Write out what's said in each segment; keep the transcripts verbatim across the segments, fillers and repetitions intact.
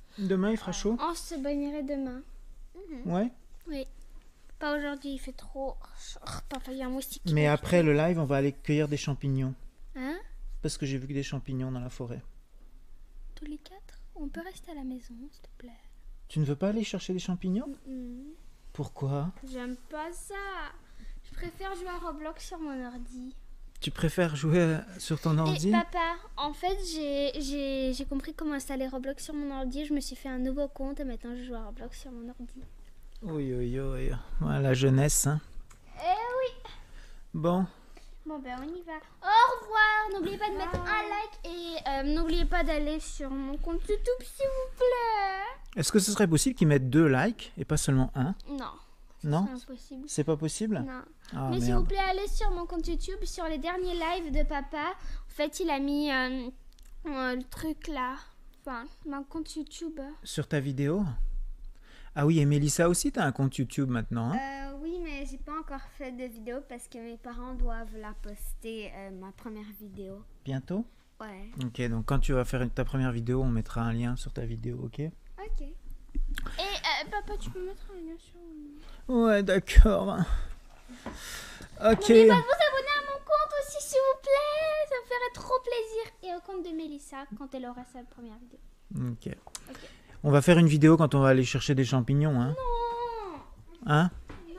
Demain, il fera chaud? On se baignerait demain. Mm-hmm. Ouais. Oui. Pas aujourd'hui, il fait trop... Papa, il y a un moustique. Mais après le live, on va aller cueillir des champignons. Hein? Parce que j'ai vu que des champignons dans la forêt. Tous les quatre? On peut rester à la maison, s'il te plaît. Tu ne veux pas aller chercher des champignons? Mm-hmm. Pourquoi? J'aime pas ça. Je préfère jouer à Roblox sur mon ordi. Tu préfères jouer sur ton ordi? Et papa, en fait, j'ai, j'ai, j'ai compris comment installer Roblox sur mon ordi. Je me suis fait un nouveau compte et maintenant je joue à Roblox sur mon ordi. Oui, oui, oui. Ouais, la jeunesse, hein. Eh oui. Bon. Bon, ben on y va. Au revoir. N'oubliez pas de mettre un like et euh, n'oubliez pas d'aller sur mon compte YouTube, s'il vous plaît. Est-ce que ce serait possible qu'ils mettent deux likes et pas seulement un? Non. Non? C'est impossible. C'est pas possible? Non. Ah, Mais merde. s'il vous plaît, allez sur mon compte YouTube, sur les derniers lives de papa. En fait, il a mis euh, euh, le truc là. Enfin, mon compte YouTube. Sur ta vidéo? Ah oui, et Mélissa aussi, t'as un compte YouTube maintenant, hein? Euh, oui, mais j'ai pas encore fait de vidéo parce que mes parents doivent la poster, euh, ma première vidéo. Bientôt? Ouais. Ok, donc quand tu vas faire ta première vidéo, on mettra un lien sur ta vidéo, ok? Ok. Et euh, papa, tu peux mettre un lien sur... Ouais, d'accord. Ok. N'oubliez pas de vous abonner à mon compte aussi, s'il vous plaît. Ça me ferait trop plaisir. Et au compte de Mélissa, quand elle aura sa première vidéo. Ok. Ok. On va faire une vidéo quand on va aller chercher des champignons, hein? Non. Hein?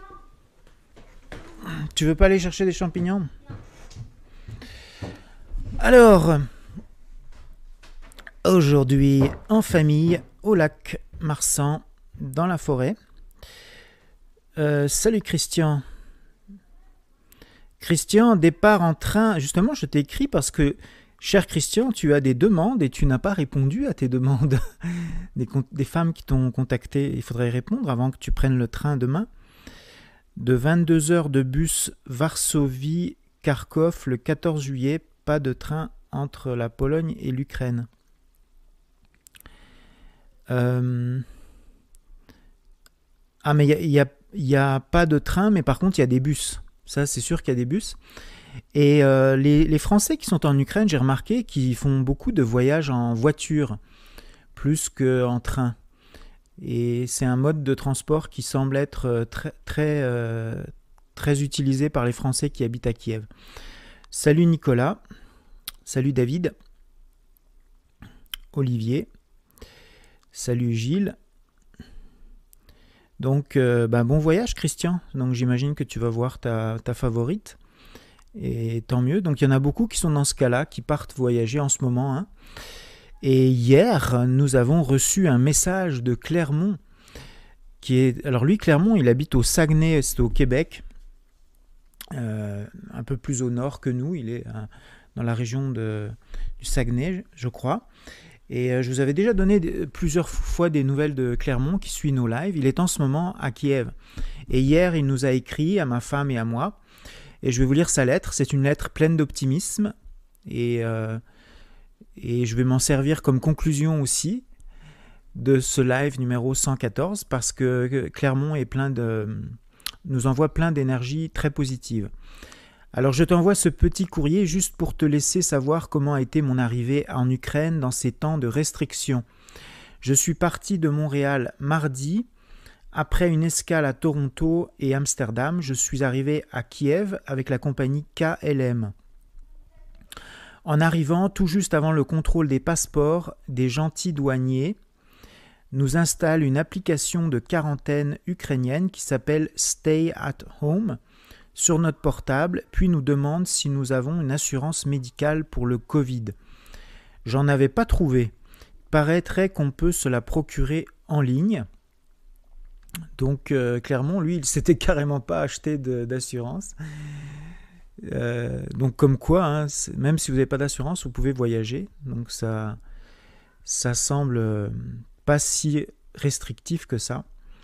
Non. Tu veux pas aller chercher des champignons? Non. Alors, aujourd'hui, en famille, au lac Marsan, dans la forêt. Euh, salut Christian. Christian, départ en train. Justement, je t'ai écrit parce que, cher Christian, tu as des demandes et tu n'as pas répondu à tes demandes. Des, des femmes qui t'ont contacté, il faudrait répondre avant que tu prennes le train demain. De vingt-deux heures de bus Varsovie-Kharkov le quatorze juillet, pas de train entre la Pologne et l'Ukraine. Euh... Ah, mais il n'y a, y a, a pas de train, mais par contre, il y a des bus. Ça, c'est sûr qu'il y a des bus. Et euh, les, les Français qui sont en Ukraine, j'ai remarqué qu'ils font beaucoup de voyages en voiture, plus qu'en train. Et c'est un mode de transport qui semble être très, très, euh, très utilisé par les Français qui habitent à Kiev. Salut Nicolas. Salut David. Olivier. Salut Gilles. Donc, euh, ben, bon voyage Christian. Donc j'imagine que tu vas voir ta, ta favorite. Et tant mieux. Donc il y en a beaucoup qui sont dans ce cas-là, qui partent voyager en ce moment. Hein. Et hier, nous avons reçu un message de Clermont. Qui est... Alors lui, Clermont, il habite au Saguenay, c'est au Québec. Euh, un peu plus au nord que nous. Il est euh, dans la région de, du Saguenay, je crois. Et euh, je vous avais déjà donné de, plusieurs fois des nouvelles de Clermont qui suit nos lives. Il est en ce moment à Kiev. Et hier, il nous a écrit à ma femme et à moi. Et je vais vous lire sa lettre. C'est une lettre pleine d'optimisme. Et, euh, et je vais m'en servir comme conclusion aussi de ce live numéro cent quatorze parce que Clermont est plein de, nous envoie plein d'énergie très positive. Alors je t'envoie ce petit courrier juste pour te laisser savoir comment a été mon arrivée en Ukraine dans ces temps de restriction. Je suis parti de Montréal mardi. Après une escale à Toronto et Amsterdam, je suis arrivé à Kiev avec la compagnie K L M. En arrivant, tout juste avant le contrôle des passeports, des gentils douaniers nous installent une application de quarantaine ukrainienne qui s'appelle Stay at Home sur notre portable, puis nous demandent si nous avons une assurance médicale pour le Covid. J'en avais pas trouvé. Il paraîtrait qu'on peut se la procurer en ligne. Donc euh, Clermont, lui, il s'était carrément pas acheté de, d'assurance. Euh, donc comme quoi, hein, même si vous n'avez pas d'assurance, vous pouvez voyager. Donc ça, ça semble euh, pas si restrictif que ça.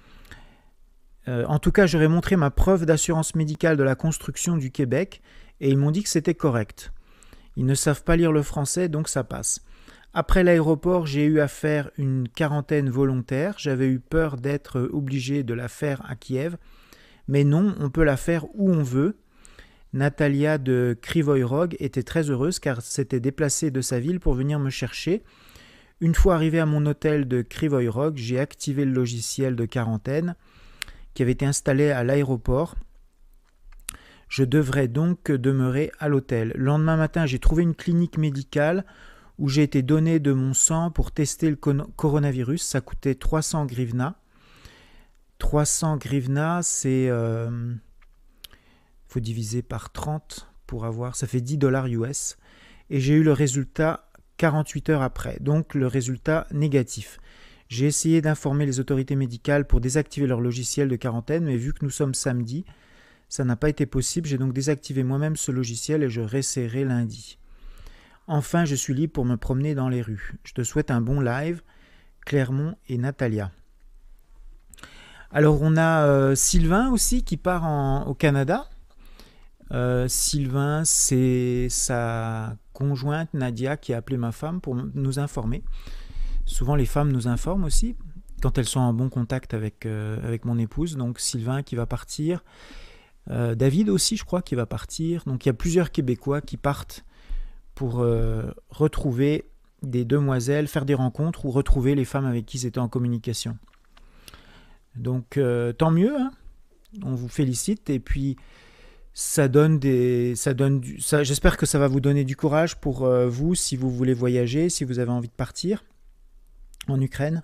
Euh, en tout cas, j'aurais montré ma preuve d'assurance médicale de la construction du Québec et ils m'ont dit que c'était correct. Ils ne savent pas lire le français, donc ça passe. Après l'aéroport, j'ai eu à faire une quarantaine volontaire. J'avais eu peur d'être obligé de la faire à Kiev. Mais non, on peut la faire où on veut. Natalia de Krivoy Rog était très heureuse car s'était déplacée de sa ville pour venir me chercher. Une fois arrivé à mon hôtel de Krivoy Rog, j'ai activé le logiciel de quarantaine qui avait été installé à l'aéroport. Je devrais donc demeurer à l'hôtel. Le lendemain matin, j'ai trouvé une clinique médicale où j'ai été donné de mon sang pour tester le coronavirus. Ça coûtait trois cents grivnas. trois cents grivnas, c'est... Il euh, faut diviser par trente pour avoir... Ça fait dix dollars U S. Et j'ai eu le résultat quarante-huit heures après. Donc le résultat négatif. J'ai essayé d'informer les autorités médicales pour désactiver leur logiciel de quarantaine, mais vu que nous sommes samedi, ça n'a pas été possible. J'ai donc désactivé moi-même ce logiciel et je réessayerai lundi. Enfin, je suis libre pour me promener dans les rues. Je te souhaite un bon live, Clermont et Natalia. Alors, on a euh, Sylvain aussi qui part en, au Canada. Euh, Sylvain, c'est sa conjointe Nadia qui a appelé ma femme pour nous informer. Souvent, les femmes nous informent aussi quand elles sont en bon contact avec, euh, avec mon épouse. Donc, Sylvain qui va partir. Euh, David aussi, je crois, qui va partir. Donc, il y a plusieurs Québécois qui partent pour euh, retrouver des demoiselles, faire des rencontres ou retrouver les femmes avec qui ils étaient en communication. Donc, euh, tant mieux, hein. On vous félicite. Et puis, ça donne des, ça donne du, ça, j'espère que ça va vous donner du courage pour euh, vous, si vous voulez voyager, si vous avez envie de partir en Ukraine.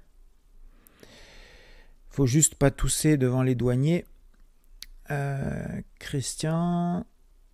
Faut juste pas tousser devant les douaniers. Euh, Christian.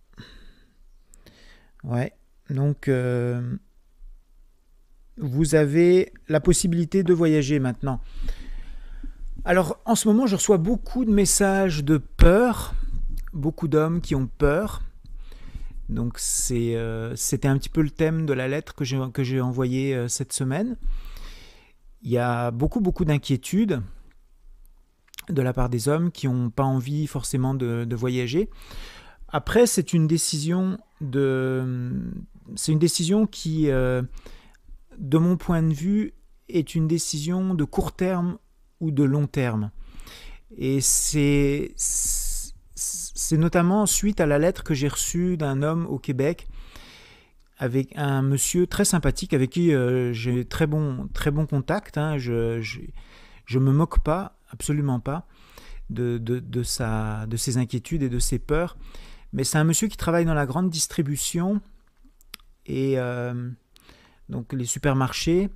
Ouais. Donc, euh, vous avez la possibilité de voyager maintenant. Alors, en ce moment, je reçois beaucoup de messages de peur. Beaucoup d'hommes qui ont peur. Donc, c'est, euh, c'était un petit peu le thème de la lettre que j'ai, que j'ai envoyée euh, cette semaine. Il y a beaucoup, beaucoup d'inquiétudes de la part des hommes qui n'ont pas envie forcément de, de voyager. Après, c'est une décision de, c'est une décision qui, euh, de mon point de vue, est une décision de court terme ou de long terme. Et c'est, c'est notamment suite à la lettre que j'ai reçue d'un homme au Québec avec un monsieur très sympathique avec qui euh, j'ai très bon, très bon contact. Hein. Je, je, je me moque pas, absolument pas, de, de, de, sa, de ses inquiétudes et de ses peurs. Mais c'est un monsieur qui travaille dans la grande distribution et euh, donc les supermarchés.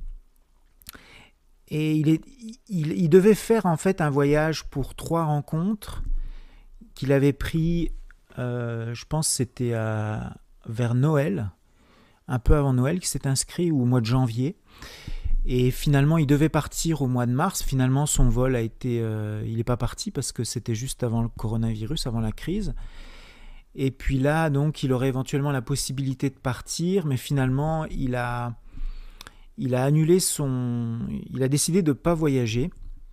Et il, est, il, il devait faire en fait un voyage pour trois rencontres qu'il avait pris, euh, je pense que c'était à, vers Noël, un peu avant Noël, qui s'est inscrit, ou au mois de janvier. Et finalement, il devait partir au mois de mars. Finalement, son vol a été... Euh, il n'est pas parti parce que c'était juste avant le coronavirus, avant la crise. Et puis là, donc, il aurait éventuellement la possibilité de partir, mais finalement, il a, il a annulé son... Il a décidé de ne pas voyager.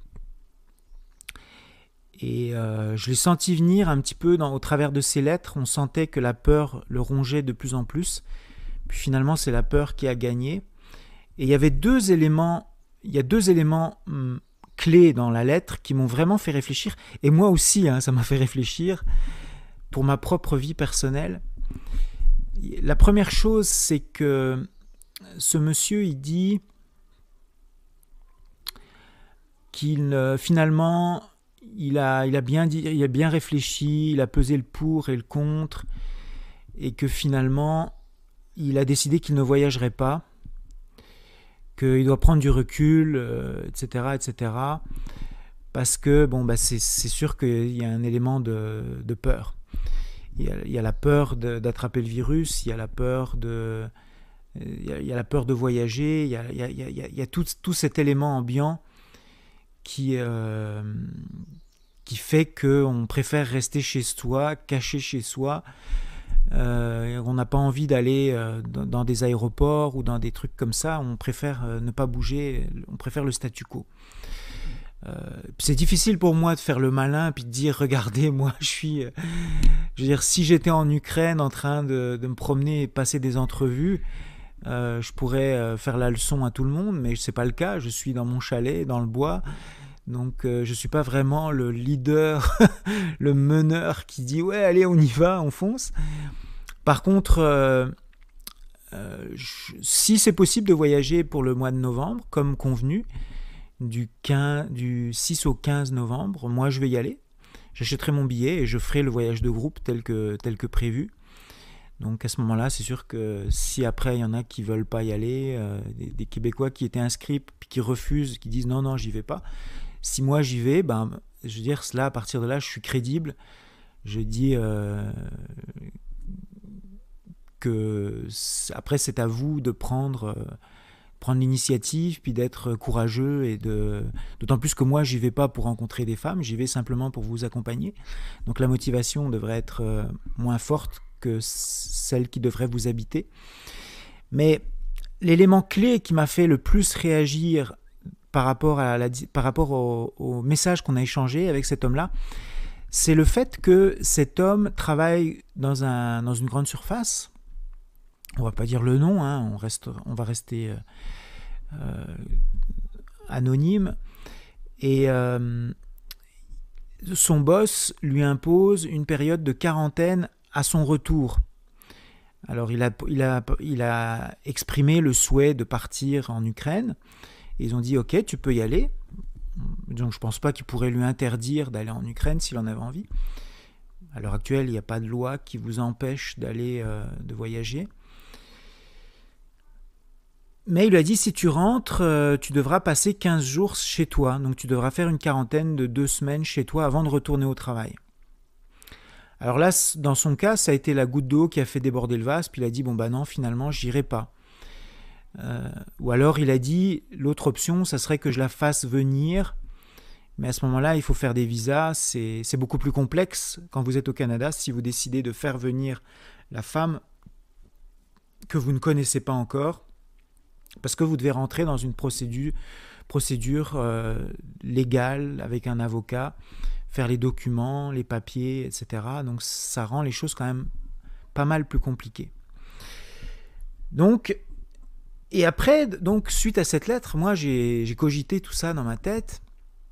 Et euh, je l'ai senti venir un petit peu dans, au travers de ses lettres. On sentait que la peur le rongeait de plus en plus. Puis finalement, c'est la peur qui a gagné. Et il y avait deux éléments, il y a deux éléments hum, clés dans la lettre qui m'ont vraiment fait réfléchir. Et moi aussi, hein, ça m'a fait réfléchir pour ma propre vie personnelle. La première chose, c'est que ce monsieur, il dit qu'il euh, finalement... Il a, il, a bien dit, il a bien réfléchi, il a pesé le pour et le contre, et que finalement, il a décidé qu'il ne voyagerait pas, qu'il doit prendre du recul, euh, et cetera, et cetera. Parce que bon, bah, c'est, c'est sûr qu'il y a un élément de, de peur. Il y a, il y a la peur de, d'attraper le virus, il y a la peur de, il y a, il y a la peur de voyager, il y a, il y a, il y a, il y a tout, tout cet élément ambiant qui, euh, qui fait qu'on préfère rester chez soi, caché chez soi. Euh, on n'a pas envie d'aller euh, dans, dans des aéroports ou dans des trucs comme ça. On préfère euh, ne pas bouger, on préfère le statu quo. Euh, c'est difficile pour moi de faire le malin puis de dire regardez, moi je suis... Euh, je veux dire, si j'étais en Ukraine en train de, de me promener et passer des entrevues, Euh, je pourrais euh, faire la leçon à tout le monde, mais c'est pas le cas. Je suis dans mon chalet, dans le bois, donc euh, je suis pas vraiment le leader, le meneur qui dit ouais allez on y va, on fonce. Par contre, euh, euh, je, si c'est possible de voyager pour le mois de novembre, comme convenu, du, quinze, du six au quinze novembre, moi je vais y aller. J'achèterai mon billet et je ferai le voyage de groupe tel que, tel que prévu. Donc à ce moment-là, c'est sûr que si après il y en a qui ne veulent pas y aller, euh, des, des Québécois qui étaient inscrits puis qui refusent, qui disent non, non, j'y vais pas. Si moi j'y vais, ben, je veux dire, là, à partir de là, je suis crédible. Je dis euh, que après c'est à vous de prendre, euh, prendre l'initiative, puis d'être courageux. Et de... D'autant plus que moi, j'y vais pas pour rencontrer des femmes, j'y vais simplement pour vous accompagner. Donc la motivation devrait être euh, moins forte que celle qui devrait vous habiter. Mais l'élément clé qui m'a fait le plus réagir par rapport, à la, par rapport au, au message qu'on a échangé avec cet homme-là, c'est le fait que cet homme travaille dans, un, dans une grande surface. On ne va pas dire le nom, hein, on, reste, on va rester euh, euh, anonyme. Et euh, son boss lui impose une période de quarantaine à son retour. Alors il a, il a, il a exprimé le souhait de partir en Ukraine. Et ils ont dit « Ok, tu peux y aller ». Donc je ne pense pas qu'ils pourraient lui interdire d'aller en Ukraine s'il en avait envie. À l'heure actuelle, il n'y a pas de loi qui vous empêche d'aller, euh, de voyager. Mais il lui a dit « Si tu rentres, euh, tu devras passer quinze jours chez toi. Donc tu devras faire une quarantaine de deux semaines chez toi avant de retourner au travail. » Alors là, dans son cas, ça a été la goutte d'eau qui a fait déborder le vase. Puis il a dit « Bon bah non, finalement, j'irai pas. » Euh, ou alors il a dit l'autre option, ça serait que je la fasse venir, mais à ce moment-là il faut faire des visas, c'est, c'est beaucoup plus complexe quand vous êtes au Canada. Si vous décidez de faire venir la femme que vous ne connaissez pas encore, parce que vous devez rentrer dans une procédure, procédure euh, légale avec un avocat, faire les documents, les papiers, et cetera. Donc ça rend les choses quand même pas mal plus compliquées. Donc Et après, donc, suite à cette lettre, moi, j'ai, j'ai cogité tout ça dans ma tête.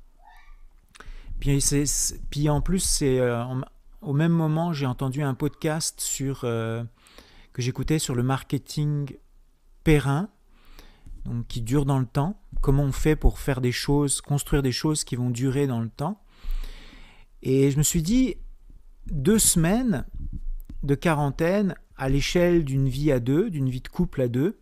Puis, c'est, c'est, puis en plus, c'est, euh, en, au même moment, j'ai entendu un podcast sur, euh, que j'écoutais sur le marketing périn, donc, qui dure dans le temps. Comment on fait pour faire des choses, construire des choses qui vont durer dans le temps. Et je me suis dit, deux semaines de quarantaine à l'échelle d'une vie à deux, d'une vie de couple à deux,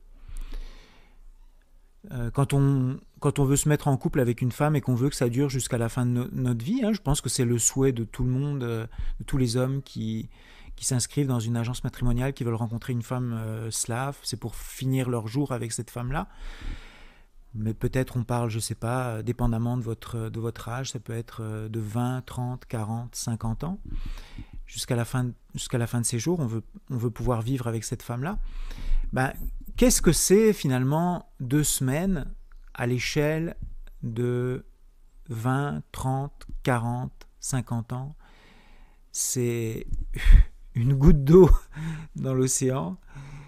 Quand on, quand on veut se mettre en couple avec une femme et qu'on veut que ça dure jusqu'à la fin de no, notre vie, hein, je pense que c'est le souhait de tout le monde, euh, de tous les hommes qui, qui s'inscrivent dans une agence matrimoniale, qui veulent rencontrer une femme euh, slave, c'est pour finir leur jour avec cette femme-là. Mais peut-être on parle, je ne sais pas, dépendamment de votre, de votre âge, ça peut être de vingt, trente, quarante, cinquante ans. Jusqu'à la fin, jusqu'à la fin de ses jours, on veut, on veut pouvoir vivre avec cette femme-là. Ben, qu'est-ce que c'est finalement deux semaines à l'échelle de vingt, trente, quarante, cinquante ans? C'est une goutte d'eau dans l'océan.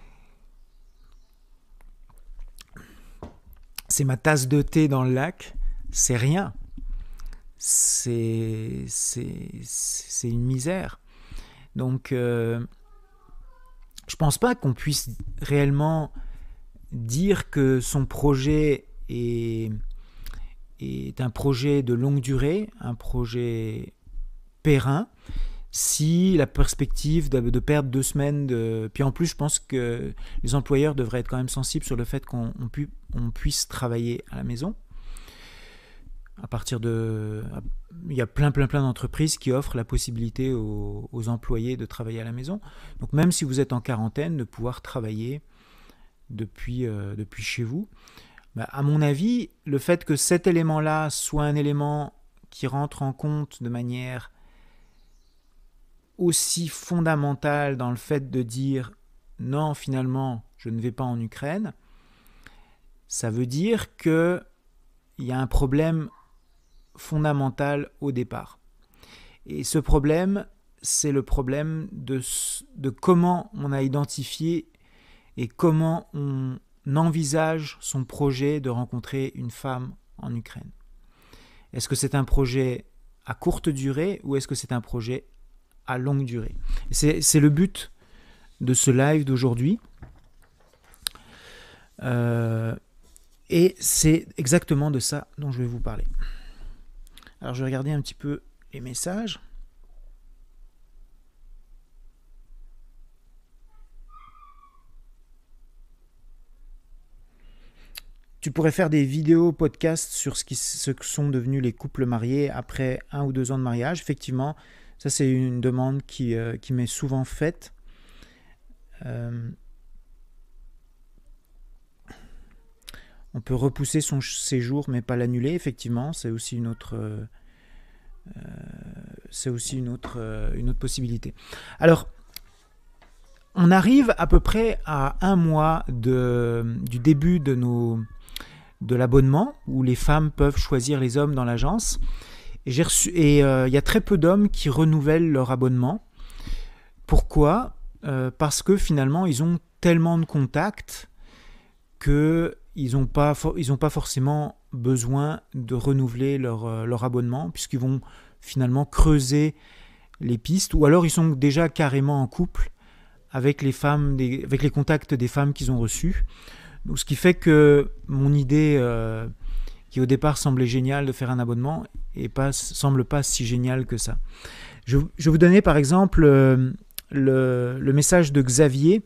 C'est ma tasse de thé dans le lac. C'est rien. C'est, c'est, c'est une misère. Donc, euh, je ne pense pas qu'on puisse réellement dire que son projet est, est un projet de longue durée, un projet périn, si la perspective de, de perdre deux semaines de... Puis en plus, je pense que les employeurs devraient être quand même sensibles sur le fait qu'on on pu, on puisse travailler à la maison. À partir de... Il y a plein, plein, plein d'entreprises qui offrent la possibilité aux, aux employés de travailler à la maison. Donc même si vous êtes en quarantaine, de pouvoir travailler depuis, euh, depuis chez vous. Bah, à mon avis, le fait que cet élément-là soit un élément qui rentre en compte de manière aussi fondamentale dans le fait de dire « non, finalement, je ne vais pas en Ukraine », ça veut dire qu'il y a un problème fondamental au départ. Et ce problème, c'est le problème de, de comment on a identifié et comment on envisage son projet de rencontrer une femme en Ukraine. Est-ce que c'est un projet à courte durée ou est-ce que c'est un projet à longue durée? C'est, c'est le but de ce live d'aujourd'hui. Euh, et c'est exactement de ça dont je vais vous parler. Alors je vais regarder un petit peu les messages. Tu pourrais faire des vidéos podcasts sur ce, qui, ce que sont devenus les couples mariés après un ou deux ans de mariage. Effectivement, ça c'est une demande qui, euh, qui m'est souvent faite. Euh, on peut repousser son séjour mais pas l'annuler, effectivement, c'est aussi une autre, euh, c'est aussi une autre, euh, une autre possibilité. Alors, on arrive à peu près à un mois de, du début de, nos, de l'abonnement, où les femmes peuvent choisir les hommes dans l'agence. Et il et, euh, y a très peu d'hommes qui renouvellent leur abonnement. Pourquoi ? euh, Parce que finalement, ils ont tellement de contacts qu'ils n'ont pas, ils ont pas forcément besoin de renouveler leur, euh, leur abonnement, puisqu'ils vont finalement creuser les pistes, ou alors ils sont déjà carrément en couple avec les femmes, des, avec les contacts des femmes qu'ils ont reçus. Donc, ce qui fait que mon idée, euh, qui au départ semblait géniale de faire un abonnement, et pas, semble pas si géniale que ça. Je, je vais vous donner par exemple euh, le, le message de Xavier,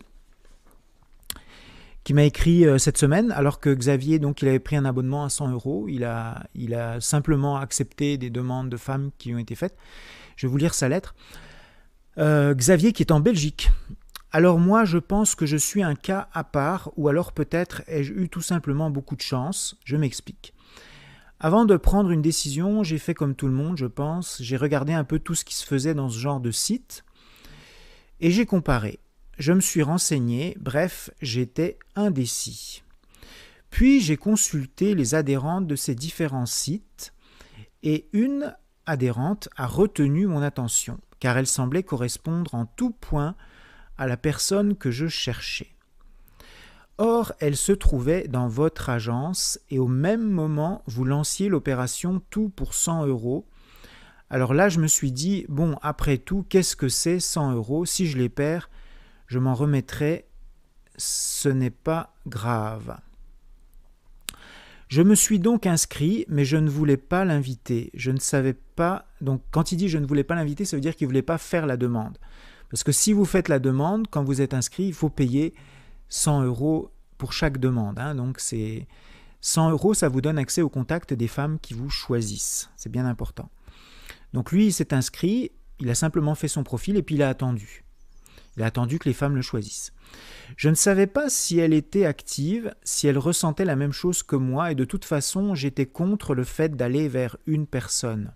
qui m'a écrit euh, cette semaine, alors que Xavier, donc, il avait pris un abonnement à cent euros. Il a, il a simplement accepté des demandes de femmes qui ont été faites. Je vais vous lire sa lettre. Euh, Xavier qui est en Belgique. Alors moi, je pense que je suis un cas à part, ou alors peut-être ai-je eu tout simplement beaucoup de chance. Je m'explique. Avant de prendre une décision, j'ai fait comme tout le monde, je pense. J'ai regardé un peu tout ce qui se faisait dans ce genre de site, et j'ai comparé. Je me suis renseigné, bref, j'étais indécis. Puis j'ai consulté les adhérentes de ces différents sites, et une adhérente a retenu mon attention, car elle semblait correspondre en tout point à la personne que je cherchais. Or, elle se trouvait dans votre agence et au même moment, vous lanciez l'opération tout pour cent euros. Alors là, je me suis dit, bon, après tout, qu'est-ce que c'est cent euros? Si je les perds, je m'en remettrai, ce n'est pas grave. Je me suis donc inscrit, mais je ne voulais pas l'inviter. Je ne savais pas, donc quand il dit je ne voulais pas l'inviter, ça veut dire qu'il ne voulait pas faire la demande. Parce que si vous faites la demande, quand vous êtes inscrit, il faut payer cent euros pour chaque demande. Hein. Donc c'est cent euros, ça vous donne accès au contact des femmes qui vous choisissent. C'est bien important. Donc lui, il s'est inscrit, il a simplement fait son profil et puis il a attendu. Il a attendu que les femmes le choisissent. Je ne savais pas si elle était active, si elle ressentait la même chose que moi, et de toute façon, j'étais contre le fait d'aller vers une personne.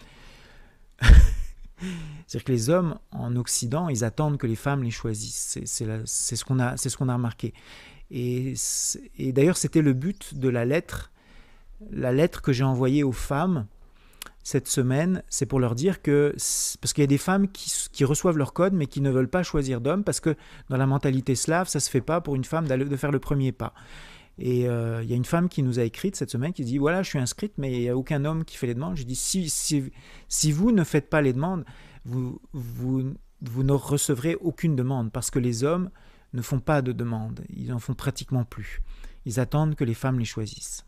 C'est-à-dire que les hommes en Occident, ils attendent que les femmes les choisissent. C'est, c'est, la, c'est, ce, qu'on a, c'est ce qu'on a remarqué. Et, et d'ailleurs, c'était le but de la lettre, la lettre que j'ai envoyée aux femmes cette semaine, c'est pour leur dire que, parce qu'il y a des femmes qui, qui reçoivent leur code, mais qui ne veulent pas choisir d'homme, parce que dans la mentalité slave, ça ne se fait pas pour une femme d'aller, de faire le premier pas. Et euh, il y a une femme qui nous a écrit cette semaine qui dit « Voilà, je suis inscrite, mais il n'y a aucun homme qui fait les demandes. » Je dis si, si, si vous ne faites pas les demandes, vous, vous, vous ne recevrez aucune demande, parce que les hommes ne font pas de demandes. Ils n'en font pratiquement plus. Ils attendent que les femmes les choisissent.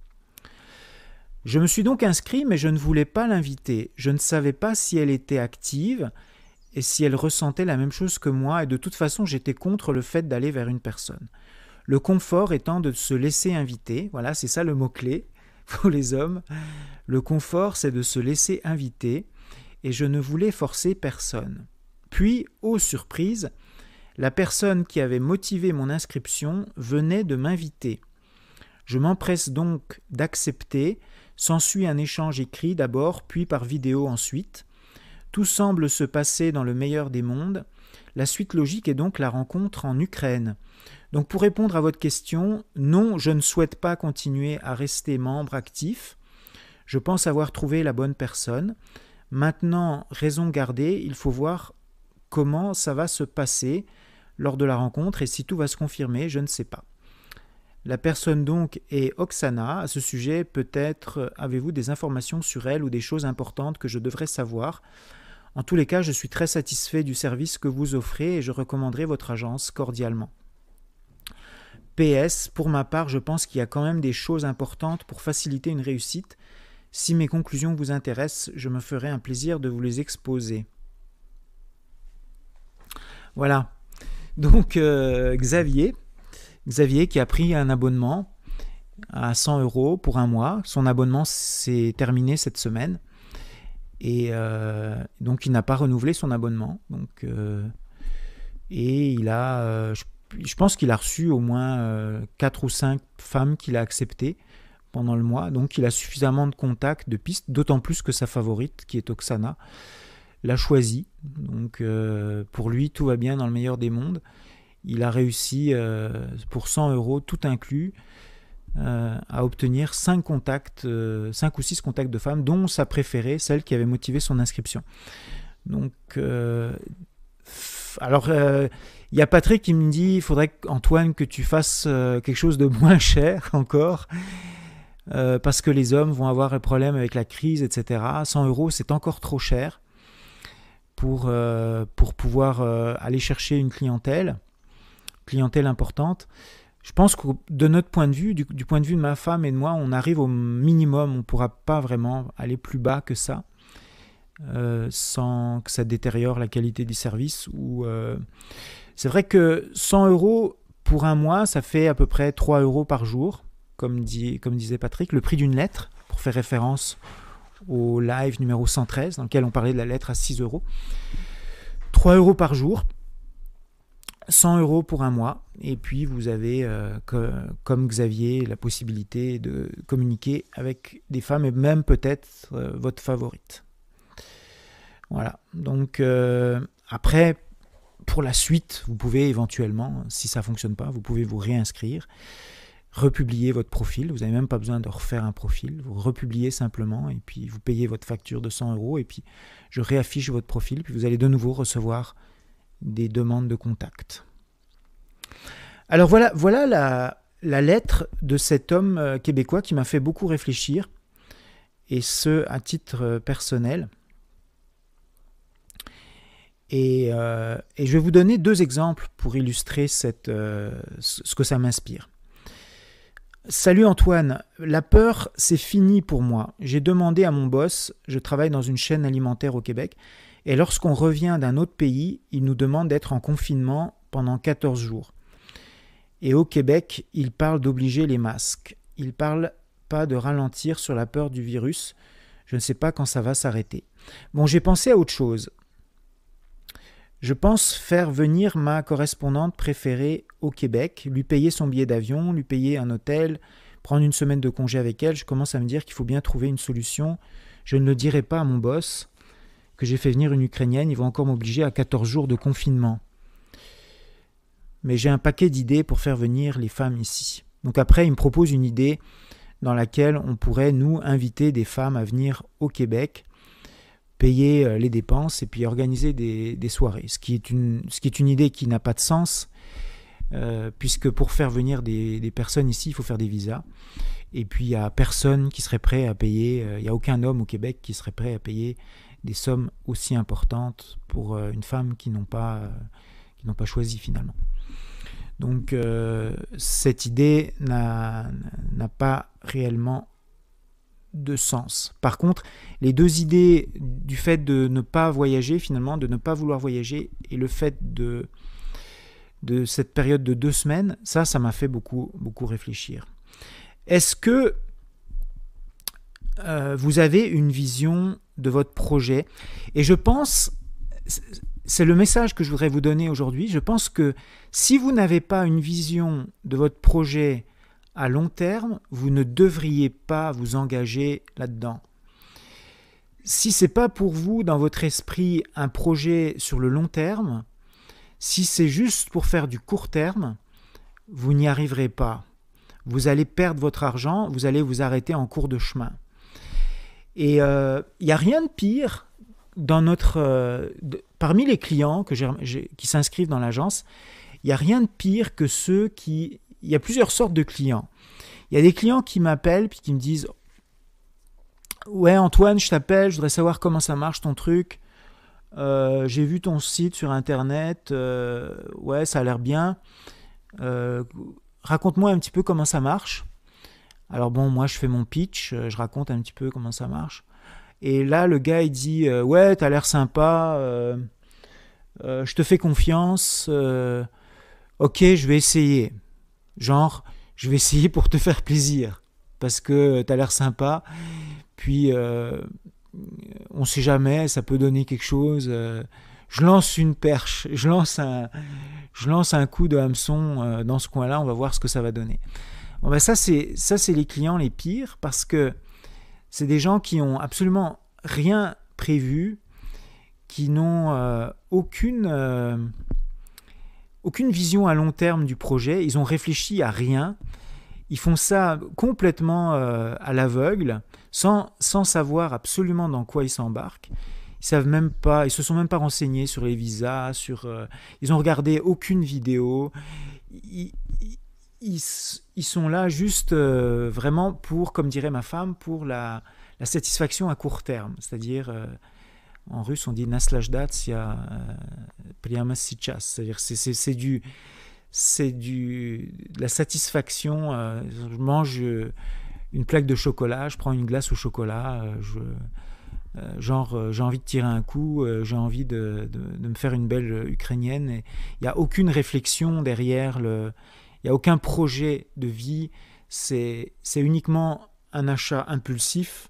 Je me suis donc inscrit, mais je ne voulais pas l'inviter. Je ne savais pas si elle était active et si elle ressentait la même chose que moi, et de toute façon, j'étais contre le fait d'aller vers une personne. Le confort étant de se laisser inviter, voilà, c'est ça le mot-clé pour les hommes. Le confort, c'est de se laisser inviter, et je ne voulais forcer personne. Puis, ô surprise, la personne qui avait motivé mon inscription venait de m'inviter. Je m'empresse donc d'accepter. S'ensuit un échange écrit d'abord, puis par vidéo ensuite. Tout semble se passer dans le meilleur des mondes. La suite logique est donc la rencontre en Ukraine. Donc pour répondre à votre question, non, je ne souhaite pas continuer à rester membre actif. Je pense avoir trouvé la bonne personne. Maintenant, raison gardée, il faut voir comment ça va se passer lors de la rencontre et si tout va se confirmer, je ne sais pas. La personne donc est Oksana. À ce sujet, peut-être avez-vous des informations sur elle ou des choses importantes que je devrais savoir. En tous les cas, je suis très satisfait du service que vous offrez et je recommanderai votre agence cordialement. P S, pour ma part, je pense qu'il y a quand même des choses importantes pour faciliter une réussite. Si mes conclusions vous intéressent, je me ferai un plaisir de vous les exposer. Voilà. Donc, euh, Xavier, Xavier qui a pris un abonnement à cent euros pour un mois. Son abonnement s'est terminé cette semaine. Et euh, donc, il n'a pas renouvelé son abonnement. Donc, euh, et il a, euh, je, je pense qu'il a reçu au moins euh, quatre ou cinq femmes qu'il a acceptées pendant le mois. Donc, il a suffisamment de contacts, de pistes, d'autant plus que sa favorite, qui est Oksana, l'a choisi. Donc, euh, pour lui, tout va bien dans le meilleur des mondes. Il a réussi, euh, pour cent euros, tout inclus, euh, à obtenir cinq contacts, euh, cinq ou six contacts de femmes, dont sa préférée, celle qui avait motivé son inscription. Donc, euh, f- alors, euh, il y a Patrick qui me dit, il faudrait, Antoine, que tu fasses euh, quelque chose de moins cher encore, euh, parce que les hommes vont avoir un problème avec la crise, et cetera. cent euros, c'est encore trop cher pour, euh, pour pouvoir euh, aller chercher une clientèle, clientèle importante. Je pense que de notre point de vue, du, du point de vue de ma femme et de moi, on arrive au minimum, on ne pourra pas vraiment aller plus bas que ça, euh, sans que ça détériore la qualité du service. Ou, euh, c'est vrai que cent euros pour un mois, ça fait à peu près trois euros par jour, comme, dit, comme disait Patrick, le prix d'une lettre, pour faire référence au live numéro cent treize, dans lequel on parlait de la lettre à six euros. trois euros par jour, cent euros pour un mois, et puis vous avez, euh, que, comme Xavier, la possibilité de communiquer avec des femmes, et même peut-être euh, votre favorite. Voilà, donc euh, après, pour la suite, vous pouvez éventuellement, si ça ne fonctionne pas, vous pouvez vous réinscrire, republier votre profil, vous n'avez même pas besoin de refaire un profil, vous republiez simplement et puis vous payez votre facture de cent euros et puis je réaffiche votre profil, puis vous allez de nouveau recevoir des demandes de contact. Alors voilà, voilà la, la lettre de cet homme euh, québécois qui m'a fait beaucoup réfléchir, et ce à titre euh, personnel. Et, euh, et je vais vous donner deux exemples pour illustrer cette, euh, ce que ça m'inspire. Salut Antoine, la peur, c'est fini pour moi. J'ai demandé à mon boss, je travaille dans une chaîne alimentaire au Québec, et lorsqu'on revient d'un autre pays, il nous demande d'être en confinement pendant quatorze jours. Et au Québec, il parle d'obliger les masques. Il ne parle pas de ralentir sur la peur du virus. Je ne sais pas quand ça va s'arrêter. Bon, j'ai pensé à autre chose. Je pense faire venir ma correspondante préférée au Québec, lui payer son billet d'avion, lui payer un hôtel, prendre une semaine de congé avec elle. Je commence à me dire qu'il faut bien trouver une solution. Je ne le dirai pas à mon boss que j'ai fait venir une Ukrainienne. Il va encore m'obliger à quatorze jours de confinement. Mais j'ai un paquet d'idées pour faire venir les femmes ici. Donc après, il me propose une idée dans laquelle on pourrait, nous, inviter des femmes à venir au Québec, payer les dépenses et puis organiser des, des soirées. Ce qui est une, ce qui est une idée qui n'a pas de sens, euh, puisque pour faire venir des, des personnes ici, il faut faire des visas. Et puis, il n'y a personne qui serait prêt à payer, euh, il n'y a aucun homme au Québec qui serait prêt à payer des sommes aussi importantes pour euh, une femme qui n'ont pas, euh, qui n'ont pas choisi finalement. Donc, euh, cette idée n'a, n'a pas réellement de sens. Par contre, les deux idées du fait de ne pas voyager, finalement, de ne pas vouloir voyager, et le fait de, de cette période de deux semaines, ça, ça m'a fait beaucoup, beaucoup réfléchir. Est-ce que euh, vous avez une vision de votre projet? Et je pense, c'est le message que je voudrais vous donner aujourd'hui, je pense que si vous n'avez pas une vision de votre projet à long terme, vous ne devriez pas vous engager là-dedans. Si ce n'est pas pour vous, dans votre esprit, un projet sur le long terme, si c'est juste pour faire du court terme, vous n'y arriverez pas. Vous allez perdre votre argent, vous allez vous arrêter en cours de chemin. Et il euh, n'y a rien de pire dans notre, euh, de, parmi les clients que j'ai, j'ai, qui s'inscrivent dans l'agence, il n'y a rien de pire que ceux qui... Il y a plusieurs sortes de clients. Il y a des clients qui m'appellent puis qui me disent « Ouais Antoine, je t'appelle, je voudrais savoir comment ça marche ton truc. Euh, j'ai vu ton site sur internet, euh, ouais ça a l'air bien. Euh, raconte-moi un petit peu comment ça marche. Alors bon, moi je fais mon pitch, je raconte un petit peu comment ça marche. Et là, le gars, il dit euh, « Ouais, t'as l'air sympa, euh, euh, je te fais confiance, euh, ok, je vais essayer. Genre, je vais essayer pour te faire plaisir, parce que t'as l'air sympa, puis euh, on sait jamais, ça peut donner quelque chose. Euh, je lance une perche, je lance un, je lance un coup de hameçon euh, dans ce coin-là, on va voir ce que ça va donner. » Bon, ben ça, c'est, ça, c'est les clients les pires, parce que c'est des gens qui n'ont absolument rien prévu, qui n'ont euh, aucune, euh, aucune vision à long terme du projet. Ils ont réfléchi à rien. Ils font ça complètement euh, à l'aveugle, sans, sans savoir absolument dans quoi ils s'embarquent. Ils savent même pas, ils se sont même pas renseignés sur les visas, sur, euh, ils ont regardé aucune vidéo. Ils, ils, ils sont là juste euh, vraiment pour, comme dirait ma femme, pour la, la satisfaction à court terme. C'est-à-dire, euh, en russe, on dit naslajdatsia priama сейчас. C'est-à-dire, c'est, c'est, c'est du, c'est du, de la satisfaction. Euh, je mange une plaque de chocolat, je prends une glace au chocolat, euh, je, euh, genre, euh, j'ai envie de tirer un coup, euh, j'ai envie de, de, de me faire une belle ukrainienne. Il n'y a aucune réflexion derrière le... Il n'y a aucun projet de vie, c'est, c'est uniquement un achat impulsif,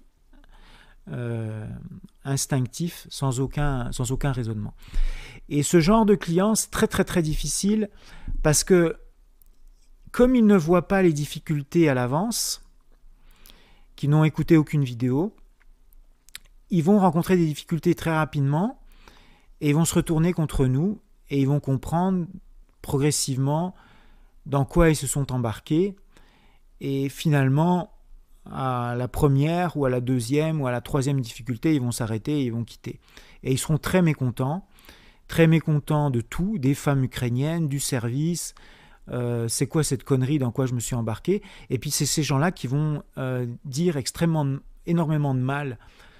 euh, instinctif, sans aucun, sans aucun raisonnement. Et ce genre de client, c'est très très très difficile parce que comme ils ne voient pas les difficultés à l'avance, qu'ils n'ont écouté aucune vidéo, ils vont rencontrer des difficultés très rapidement et ils vont se retourner contre nous et ils vont comprendre progressivement dans quoi ils se sont embarqués, et finalement, à la première ou à la deuxième ou à la troisième difficulté, ils vont s'arrêter et ils vont quitter. Et ils seront très mécontents, très mécontents de tout, des femmes ukrainiennes, du service, euh, c'est quoi cette connerie, dans quoi je me suis embarqué, et puis c'est ces gens-là qui vont euh, dire extrêmement, énormément de mal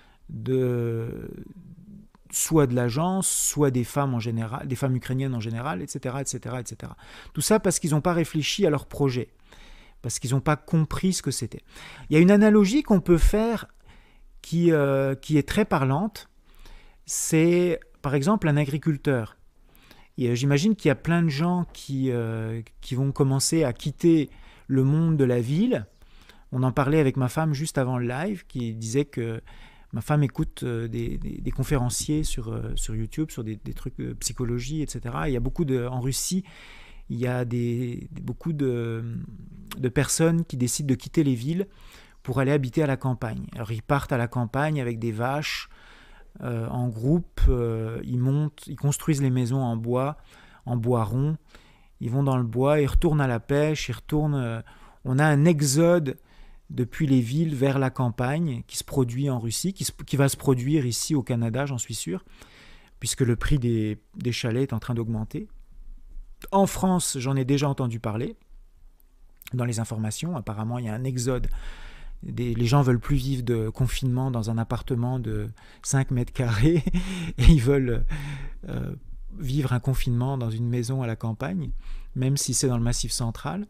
de... soit de l'agence, soit des femmes en général, des femmes ukrainiennes en général, et cetera, et cetera, et cetera. Tout ça parce qu'ils n'ont pas réfléchi à leur projet, parce qu'ils n'ont pas compris ce que c'était. Il y a une analogie qu'on peut faire qui, euh, qui est très parlante, c'est par exemple un agriculteur. Et j'imagine qu'il y a plein de gens qui, euh, qui vont commencer à quitter le monde de la ville. On en parlait avec ma femme juste avant le live, qui disait que ma femme écoute euh, des, des, des conférenciers sur, euh, sur YouTube, sur des, des trucs de psychologie, et cetera. Il y a beaucoup de, en Russie, il y a des, des, beaucoup de, de personnes qui décident de quitter les villes pour aller habiter à la campagne. Alors ils partent à la campagne avec des vaches, euh, en groupe, euh, ils montent, ils construisent les maisons en bois, en bois rond, ils vont dans le bois, ils retournent à la pêche, ils retournent... Euh, on a un exode depuis les villes vers la campagne, qui se produit en Russie, qui, se, qui va se produire ici au Canada, j'en suis sûr, puisque le prix des, des chalets est en train d'augmenter. En France, j'en ai déjà entendu parler, dans les informations, apparemment il y a un exode, des, les gens veulent plus vivre de confinement dans un appartement de cinq mètres carrés, et ils veulent euh, vivre un confinement dans une maison à la campagne, même si c'est dans le Massif central.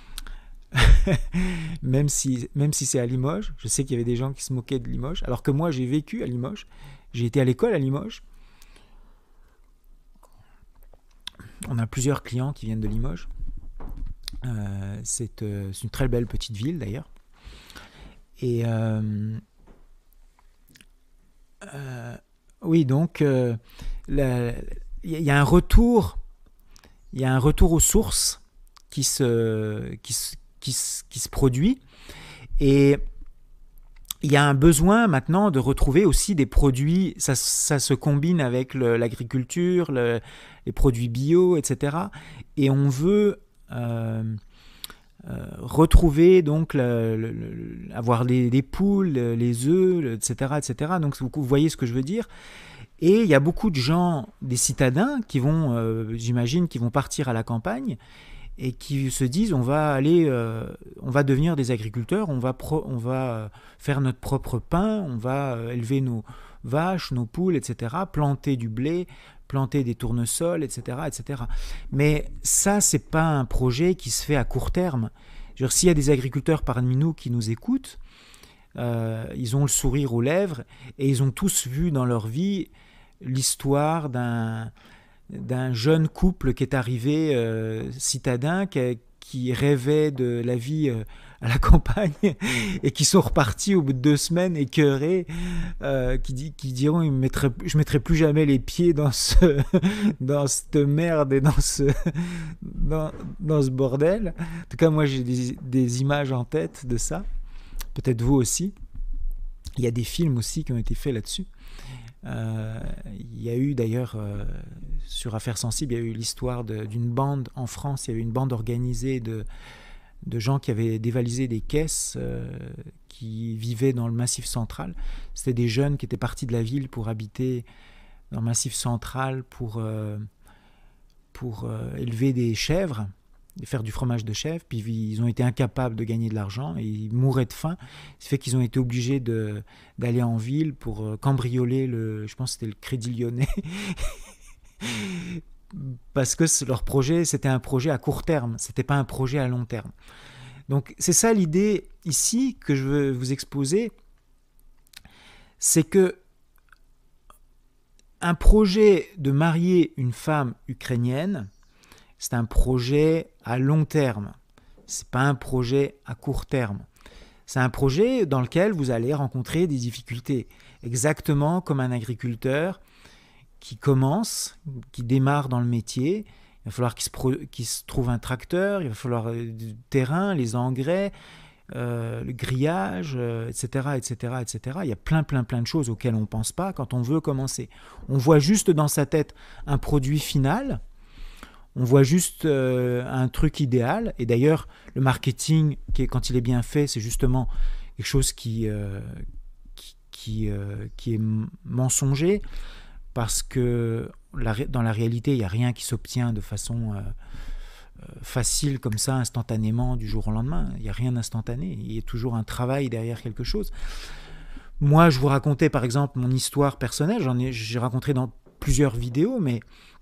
même si, même si c'est à Limoges. Je sais qu'il y avait des gens qui se moquaient de Limoges, alors que moi j'ai vécu à Limoges, j'ai été à l'école à Limoges. On a plusieurs clients qui viennent de Limoges. Euh, c'est, euh, c'est une très belle petite ville d'ailleurs. Et euh, euh, oui, donc il euh, y a un retour, il y a un retour aux sources qui se, qui se Qui, qui se produit, et il y a un besoin maintenant de retrouver aussi des produits, ça, ça se combine avec le, l'agriculture, le, les produits bio, et cetera. Et on veut euh, euh, retrouver, donc, le, le, le, avoir des, des poules, les œufs, et cetera, et cetera. Donc vous, vous voyez ce que je veux dire. Et il y a beaucoup de gens, des citadins, qui vont, euh, j'imagine, qui vont partir à la campagne, et qui se disent on va aller, euh, on va devenir des agriculteurs, on va, pro, on va faire notre propre pain, on va élever nos vaches, nos poules, et cetera, planter du blé, planter des tournesols, et cetera, et cetera. Mais ça, c'est pas un projet qui se fait à court terme. Je veux dire, s'il y a des agriculteurs parmi nous qui nous écoutent, euh, ils ont le sourire aux lèvres et ils ont tous vu dans leur vie l'histoire d'un d'un jeune couple qui est arrivé euh, citadin, qui, qui rêvait de la vie euh, à la campagne et qui sont repartis au bout de deux semaines écœurés, euh, qui, dit, qui diront je ne mettrai plus jamais les pieds dans, ce, dans cette merde et dans ce, dans, dans ce bordel. En tout cas, moi, j'ai des, des images en tête de ça. Peut-être vous aussi. Il y a des films aussi qui ont été faits là-dessus. Euh, il y a eu d'ailleurs euh, sur Affaires sensibles, il y a eu l'histoire de, d'une bande en France. Il y avait une bande organisée de, de gens qui avaient dévalisé des caisses, euh, qui vivaient dans le Massif central. C'était des jeunes qui étaient partis de la ville pour habiter dans le Massif central pour, euh, pour euh, élever des chèvres, faire du fromage de chèvre, puis ils ont été incapables de gagner de l'argent et ils mouraient de faim. Ce qui fait qu'ils ont été obligés de, d'aller en ville pour cambrioler le, je pense que c'était le Crédit Lyonnais, parce que leur projet, c'était un projet à court terme, c'était pas un projet à long terme. Donc c'est ça l'idée ici que je veux vous exposer, c'est que un projet de marier une femme ukrainienne, c'est un projet à long terme. Ce n'est pas un projet à court terme. C'est un projet dans lequel vous allez rencontrer des difficultés. Exactement comme un agriculteur qui commence, qui démarre dans le métier. Il va falloir qu'il se, pro- qu'il se trouve un tracteur, il va falloir du terrain, les engrais, euh, le grillage, euh, et cetera, et cetera, et cetera. Il y a plein, plein, plein de choses auxquelles on ne pense pas quand on veut commencer. On voit juste dans sa tête un produit final. On voit juste euh, un truc idéal. Et d'ailleurs, le marketing, qui est, quand il est bien fait, c'est justement quelque chose qui, euh, qui, qui, euh, qui est mensonger, parce que la, dans la réalité, il n'y a rien qui s'obtient de façon euh, euh, facile, comme ça, instantanément, du jour au lendemain. Il n'y a rien d'instantané. Il y a toujours un travail derrière quelque chose. Moi, je vous racontais, par exemple, mon histoire personnelle. J'en ai, j'ai raconté dans plusieurs vidéos, mais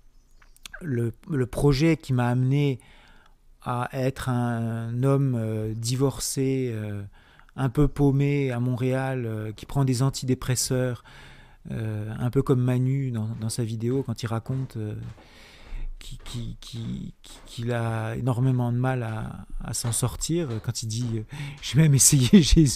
Le, le projet qui m'a amené à être un homme euh, divorcé, euh, un peu paumé à Montréal, euh, qui prend des antidépresseurs, euh, un peu comme Manu dans, dans sa vidéo quand il raconte euh, qu'il, qu'il, qu'il, qu'il a énormément de mal à, à s'en sortir, quand il dit euh, « j'ai même essayé Jésus »,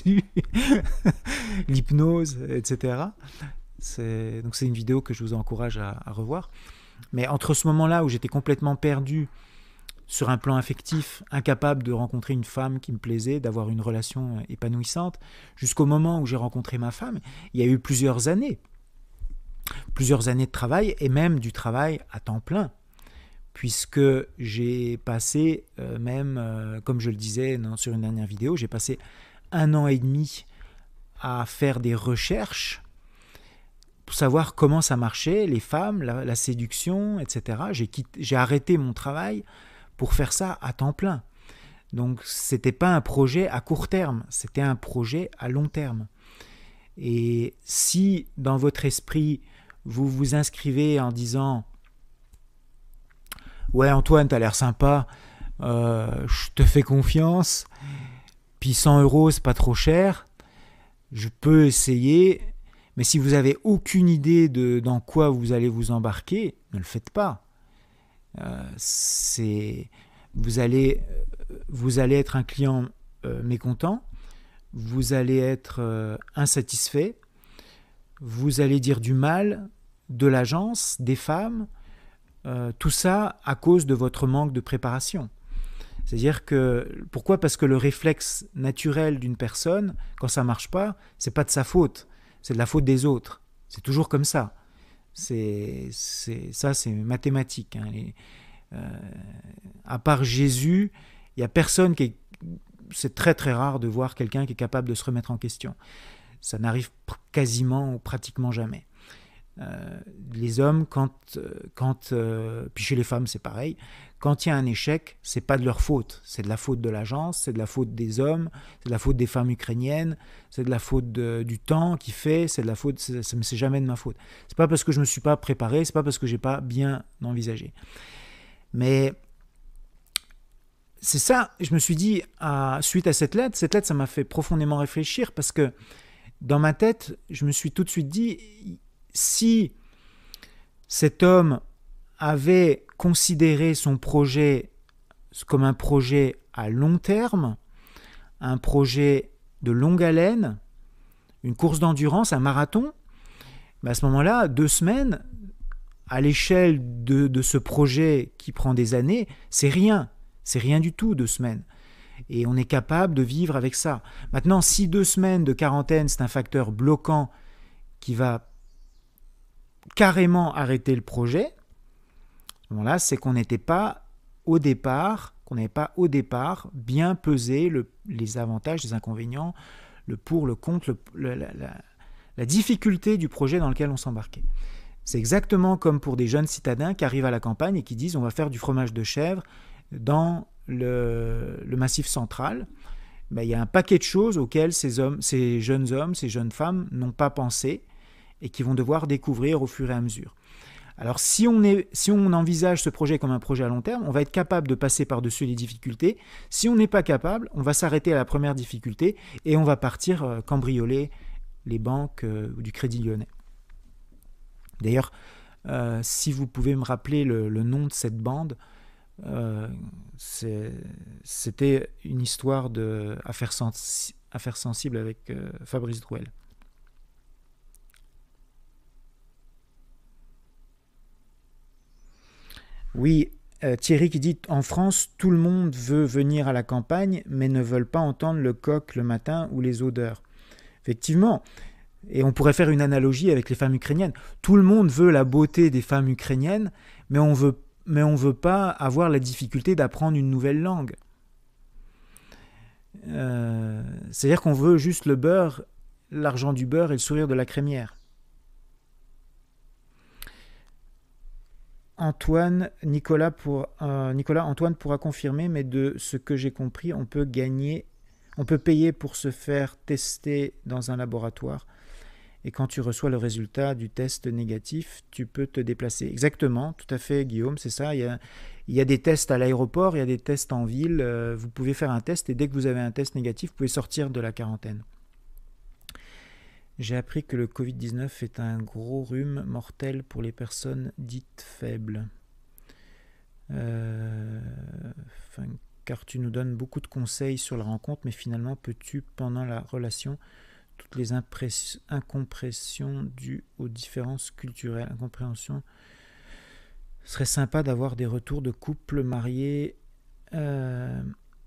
l'hypnose, et cetera. C'est, donc c'est une vidéo que je vous encourage à, à revoir. Mais entre ce moment-là où j'étais complètement perdu sur un plan affectif, incapable de rencontrer une femme qui me plaisait, d'avoir une relation épanouissante, jusqu'au moment où j'ai rencontré ma femme, il y a eu plusieurs années. Plusieurs années de travail, et même du travail à temps plein. Puisque j'ai passé, euh, même, euh, comme je le disais dans, sur une dernière vidéo, j'ai passé un an et demi à faire des recherches pour savoir comment ça marchait, les femmes, la, la séduction, et cetera. J'ai, quitté, j'ai arrêté mon travail pour faire ça à temps plein. Donc, ce n'était pas un projet à court terme, c'était un projet à long terme. Et si, dans votre esprit, vous vous inscrivez en disant « Ouais, Antoine, tu as l'air sympa, euh, je te fais confiance, puis cent euros, c'est pas trop cher, je peux essayer... » Mais si vous n'avez aucune idée de dans quoi vous allez vous embarquer, ne le faites pas. Euh, c'est, vous, allez, vous allez être un client euh, mécontent, vous allez être euh, insatisfait, vous allez dire du mal de l'agence, des femmes, euh, tout ça à cause de votre manque de préparation. C'est-à-dire que, pourquoi ? Parce que le réflexe naturel d'une personne, quand ça ne marche pas, ce n'est pas de sa faute. C'est de la faute des autres. C'est toujours comme ça. C'est, c'est, ça, c'est mathématique. Hein. Et, euh, à part Jésus, il n'y a personne qui est... C'est très très rare de voir quelqu'un qui est capable de se remettre en question. Ça n'arrive quasiment ou pratiquement jamais. Euh, les hommes, quand, quand euh, puis chez les femmes c'est pareil, quand il y a un échec, c'est pas de leur faute, c'est de la faute de l'agence, c'est de la faute des hommes, c'est de la faute des femmes ukrainiennes, c'est de la faute de, du temps qui fait, c'est de la faute, c'est, c'est, c'est jamais de ma faute. C'est pas parce que je me suis pas préparé, c'est pas parce que j'ai pas bien envisagé. Mais c'est ça, je me suis dit, à, suite à cette lettre, cette lettre ça m'a fait profondément réfléchir parce que dans ma tête, je me suis tout de suite dit, si cet homme avait considéré son projet comme un projet à long terme, un projet de longue haleine, une course d'endurance, un marathon, ben à ce moment-là, deux semaines, à l'échelle de, de ce projet qui prend des années, c'est rien. C'est rien du tout, deux semaines. Et on est capable de vivre avec ça. Maintenant, si deux semaines de quarantaine, c'est un facteur bloquant qui va carrément arrêter le projet, là, c'est qu'on n'était pas au départ, qu'on n'avait pas au départ bien pesé le, les avantages, les inconvénients, le pour, le contre, le, le, la, la, la difficulté du projet dans lequel on s'embarquait. C'est exactement comme pour des jeunes citadins qui arrivent à la campagne et qui disent on va faire du fromage de chèvre dans le, le massif central. Ben, il y a un paquet de choses auxquelles ces, hommes, ces jeunes hommes, ces jeunes femmes n'ont pas pensé et qui vont devoir découvrir au fur et à mesure. Alors si on, est, si on envisage ce projet comme un projet à long terme, on va être capable de passer par-dessus les difficultés. Si on n'est pas capable, on va s'arrêter à la première difficulté et on va partir euh, cambrioler les banques euh, du Crédit Lyonnais. D'ailleurs, euh, si vous pouvez me rappeler le, le nom de cette bande, euh, c'est, c'était une histoire de affaire, sens, affaire sensible avec euh, Fabrice Drouel. Oui, euh, Thierry qui dit « En France, tout le monde veut venir à la campagne, mais ne veulent pas entendre le coq le matin ou les odeurs. » Effectivement, et on pourrait faire une analogie avec les femmes ukrainiennes. Tout le monde veut la beauté des femmes ukrainiennes, mais on veut, mais on veut pas avoir la difficulté d'apprendre une nouvelle langue. Euh, c'est-à-dire qu'on veut juste le beurre, l'argent du beurre et le sourire de la crémière. Antoine, Nicolas, pour, euh, Nicolas, Antoine pourra confirmer, mais de ce que j'ai compris, on peut gagner, on peut payer pour se faire tester dans un laboratoire. Et quand tu reçois le résultat du test négatif, tu peux te déplacer. Exactement, tout à fait, Guillaume, c'est ça. Il y a, il y a des tests à l'aéroport, il y a des tests en ville. Euh, vous pouvez faire un test et dès que vous avez un test négatif, vous pouvez sortir de la quarantaine. J'ai appris que le covid dix-neuf est un gros rhume mortel pour les personnes dites faibles. Euh, enfin, car tu nous donnes beaucoup de conseils sur la rencontre, mais finalement, peux-tu, pendant la relation, toutes les impress- incompressions dues aux différences culturelles, incompréhension, ce serait sympa d'avoir des retours de couples mariés. Euh,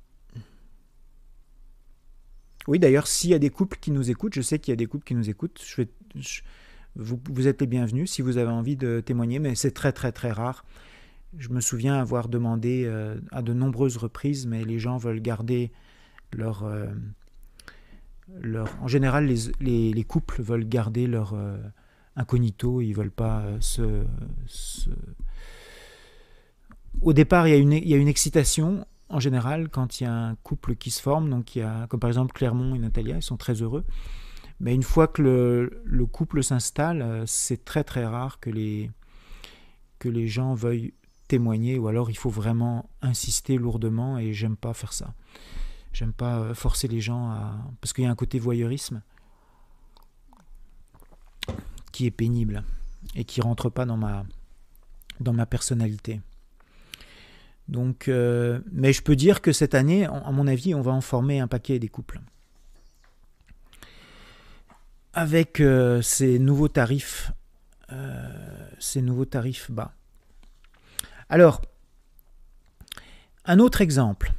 Oui, d'ailleurs, s'il y a des couples qui nous écoutent, je sais qu'il y a des couples qui nous écoutent, je vais, je, vous, vous êtes les bienvenus si vous avez envie de témoigner, mais c'est très très très rare. Je me souviens avoir demandé euh, à de nombreuses reprises, mais les gens veulent garder leur... Euh, leur en général, les, les, les couples veulent garder leur euh, incognito, ils ne veulent pas euh, se, se... Au départ, il y a une, il y a une excitation. En général, quand il y a un couple qui se forme, donc il y a, comme par exemple Clermont et Natalia, ils sont très heureux. Mais une fois que le, le couple s'installe, c'est très très rare que les, que les gens veuillent témoigner, ou alors il faut vraiment insister lourdement, et j'aime pas faire ça. J'aime pas forcer les gens à... Parce qu'il y a un côté voyeurisme qui est pénible et qui rentre pas dans ma, dans ma personnalité. Donc, euh, mais je peux dire que cette année, à mon avis, on va en former un paquet des couples. Avec euh, ces nouveaux tarifs, euh, ces nouveaux tarifs bas. Alors, un autre exemple.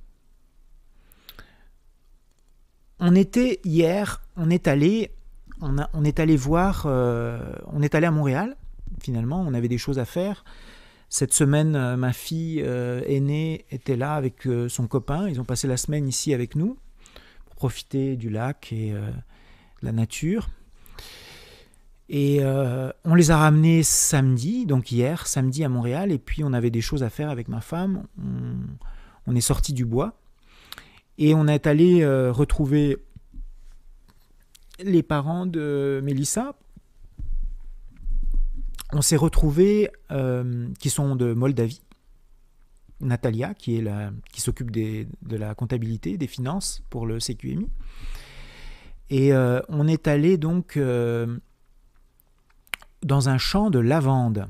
On était hier, on est allé, on, a, on est allé voir, euh, on est allé à Montréal. Finalement, on avait des choses à faire. Cette semaine, euh, ma fille euh, aînée était là avec euh, son copain. Ils ont passé la semaine ici avec nous pour profiter du lac et euh, de la nature. Et euh, on les a ramenés samedi, donc hier, samedi à Montréal, et puis on avait des choses à faire avec ma femme. On, on est sorti du bois et on est allé euh, retrouver les parents de Mélissa. On s'est retrouvés, euh, qui sont de Moldavie. Natalia, qui, est la, qui s'occupe des, de la comptabilité, des finances pour le C Q M I. Et euh, on est allé donc euh, dans un champ de lavande.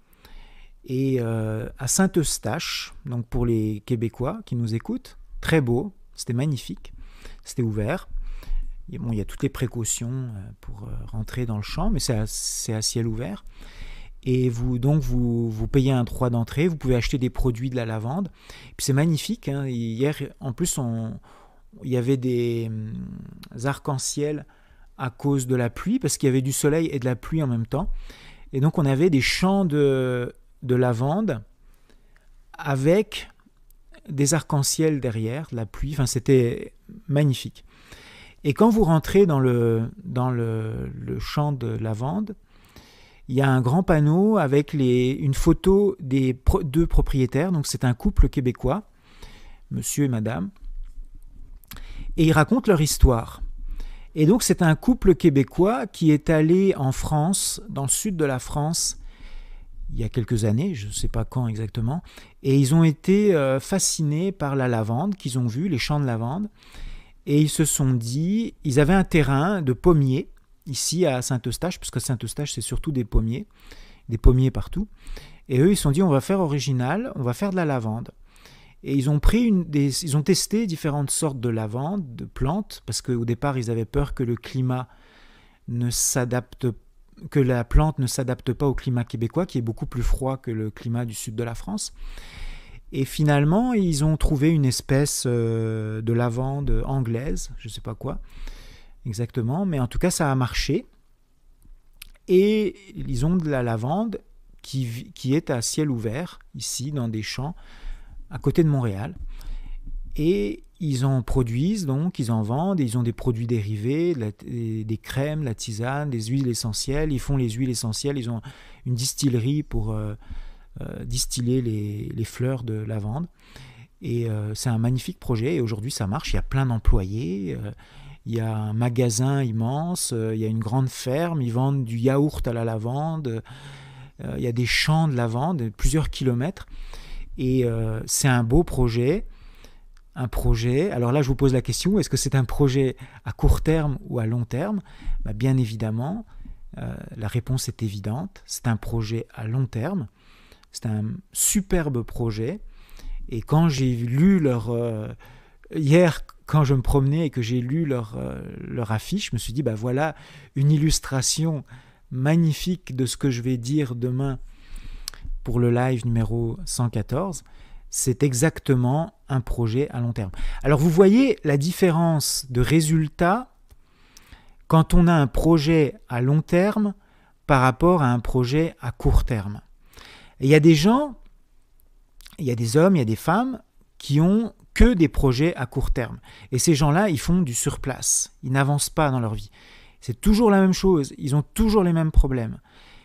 Et euh, à Saint-Eustache, donc pour les Québécois qui nous écoutent, très beau, c'était magnifique, c'était ouvert. Et bon, il y a toutes les précautions pour rentrer dans le champ, mais c'est à, c'est à ciel ouvert. Et vous, donc, vous, vous payez un droit d'entrée, vous pouvez acheter des produits de la lavande. Et puis c'est magnifique. Hein. Hier, en plus, on, il y avait des hum, arcs-en-ciel à cause de la pluie, parce qu'il y avait du soleil et de la pluie en même temps. Et donc, on avait des champs de, de lavande avec des arcs-en-ciel derrière, la pluie. Enfin, c'était magnifique. Et quand vous rentrez dans le, dans le, le champ de lavande, il y a un grand panneau avec les, une photo des pro, deux propriétaires. Donc c'est un couple québécois, monsieur et madame, et ils racontent leur histoire. Et donc c'est un couple québécois qui est allé en France, dans le sud de la France, il y a quelques années, je ne sais pas quand exactement, et ils ont été euh, fascinés par la lavande qu'ils ont vue, les champs de lavande. Et ils se sont dit, ils avaient un terrain de pommiers, ici à Saint-Eustache, parce que Saint-Eustache c'est surtout des pommiers, des pommiers partout. Et eux ils se sont dit, on va faire original, on va faire de la lavande. Et ils ont pris une, des, ils ont testé différentes sortes de lavande, de plantes, parce qu'au départ ils avaient peur que le climat ne s'adapte, que la plante ne s'adapte pas au climat québécois, qui est beaucoup plus froid que le climat du sud de la France. Et finalement, ils ont trouvé une espèce euh, de lavande anglaise, je ne sais pas quoi exactement, mais en tout cas, ça a marché. Et ils ont de la lavande qui, qui est à ciel ouvert, ici, dans des champs, à côté de Montréal. Et ils en produisent, donc, ils en vendent, ils ont des produits dérivés, la, des crèmes, la tisane, des huiles essentielles. Ils font les huiles essentielles, ils ont une distillerie pour... Euh, Euh, distiller les, les fleurs de lavande. Et euh, c'est un magnifique projet. Et aujourd'hui, ça marche. Il y a plein d'employés. Euh, il y a un magasin immense. Euh, il y a une grande ferme. Ils vendent du yaourt à la lavande. Euh, il y a des champs de lavande, plusieurs kilomètres. Et euh, c'est un beau projet. Un projet. Alors là, je vous pose la question, est-ce que c'est un projet à court terme ou à long terme ? Bah, bien évidemment, euh, la réponse est évidente. C'est un projet à long terme. C'est un superbe projet. Et quand j'ai lu leur... Euh, hier, quand je me promenais et que j'ai lu leur, euh, leur affiche, je me suis dit, bah voilà une illustration magnifique de ce que je vais dire demain pour le live numéro cent quatorze. C'est exactement un projet à long terme. Alors vous voyez la différence de résultat quand on a un projet à long terme par rapport à un projet à court terme. Et il y a des gens, il y a des hommes, il y a des femmes qui ont que des projets à court terme. Et ces gens-là, ils font du surplace. Ils n'avancent pas dans leur vie. C'est toujours la même chose. Ils ont toujours les mêmes problèmes.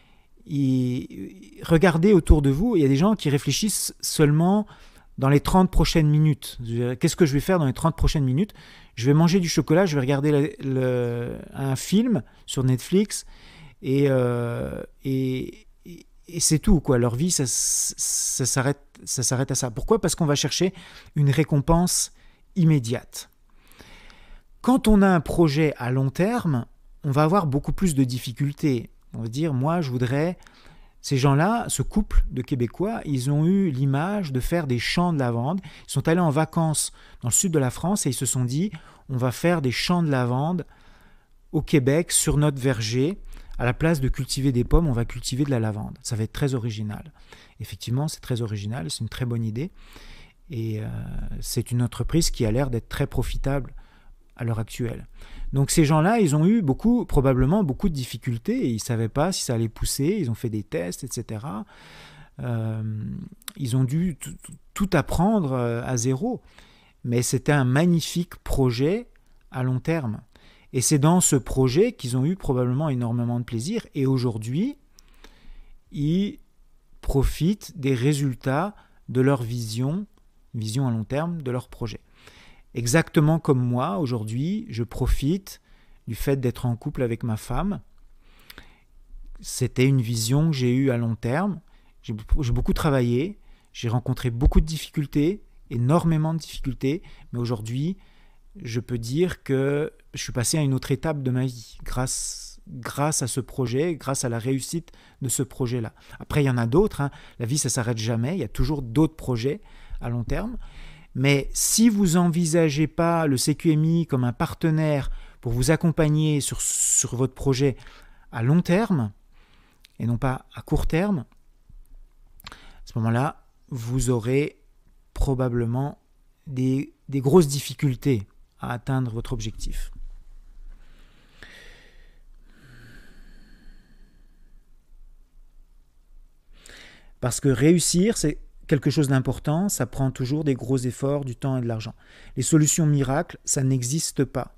Et regardez autour de vous, il y a des gens qui réfléchissent seulement dans les trente prochaines minutes. Qu'est-ce que je vais faire dans les trente prochaines minutes ? Je vais manger du chocolat, je vais regarder le, le, un film sur Netflix et... Euh, et Et c'est tout, quoi. Leur vie, ça, ça, s'arrête, ça s'arrête à ça. Pourquoi ? Parce qu'on va chercher une récompense immédiate. Quand on a un projet à long terme, on va avoir beaucoup plus de difficultés. On va dire, moi, je voudrais... Ces gens-là, ce couple de Québécois, ils ont eu l'image de faire des champs de lavande. Ils sont allés en vacances dans le sud de la France et ils se sont dit, on va faire des champs de lavande au Québec, sur notre verger. À la place de cultiver des pommes, on va cultiver de la lavande. Ça va être très original. Effectivement, c'est très original, c'est une très bonne idée. Et euh, c'est une entreprise qui a l'air d'être très profitable à l'heure actuelle. Donc ces gens-là, ils ont eu beaucoup, probablement beaucoup de difficultés. Et ils ne savaient pas si ça allait pousser. Ils ont fait des tests, et cetera. Euh, ils ont dû t- t- tout apprendre à zéro. Mais c'était un magnifique projet à long terme. Et c'est dans ce projet qu'ils ont eu probablement énormément de plaisir. Et aujourd'hui, ils profitent des résultats de leur vision, vision à long terme, de leur projet. Exactement comme moi, aujourd'hui, je profite du fait d'être en couple avec ma femme. C'était une vision que j'ai eue à long terme. J'ai, j'ai beaucoup travaillé, j'ai rencontré beaucoup de difficultés, énormément de difficultés, mais aujourd'hui, je peux dire que je suis passé à une autre étape de ma vie grâce, grâce à ce projet, grâce à la réussite de ce projet-là. Après, il y en a d'autres, hein. La vie, ça ne s'arrête jamais, il y a toujours d'autres projets à long terme. Mais si vous n'envisagez pas le C Q M I comme un partenaire pour vous accompagner sur, sur votre projet à long terme, et non pas à court terme, à ce moment-là, vous aurez probablement des, des grosses difficultés à atteindre votre objectif. Parce que réussir, c'est quelque chose d'important, ça prend toujours des gros efforts, du temps et de l'argent. Les solutions miracles, ça n'existe pas.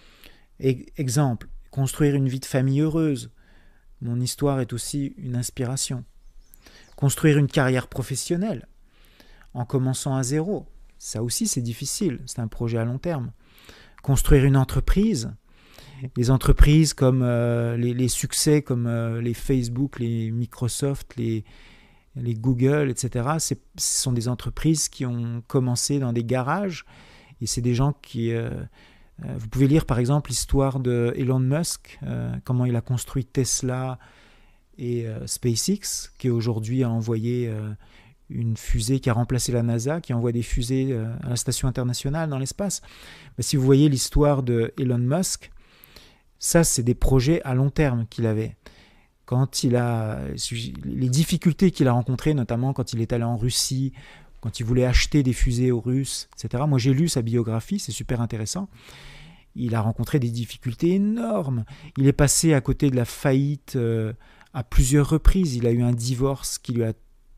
Et, exemple, construire une vie de famille heureuse. Mon histoire est aussi une inspiration. Construire une carrière professionnelle en commençant à zéro. Ça aussi, c'est difficile. C'est un projet à long terme. Construire une entreprise. Les entreprises comme euh, les, les succès comme euh, les Facebook, les Microsoft, les, les Google, et cetera. C'est, ce sont des entreprises qui ont commencé dans des garages. Et c'est des gens qui... Euh, euh, vous pouvez lire par exemple l'histoire de Elon Musk, euh, comment il a construit Tesla et euh, SpaceX, qui aujourd'hui a envoyé... Euh, une fusée qui a remplacé la NASA, qui envoie des fusées à la station internationale dans l'espace. Mais si vous voyez l'histoire de Elon Musk, ça, c'est des projets à long terme qu'il avait. Quand il a... Les difficultés qu'il a rencontrées, notamment quand il est allé en Russie, quand il voulait acheter des fusées aux Russes, et cetera. Moi, j'ai lu sa biographie, c'est super intéressant. Il a rencontré des difficultés énormes. Il est passé à côté de la faillite euh, à plusieurs reprises. Il a eu un divorce qui lui a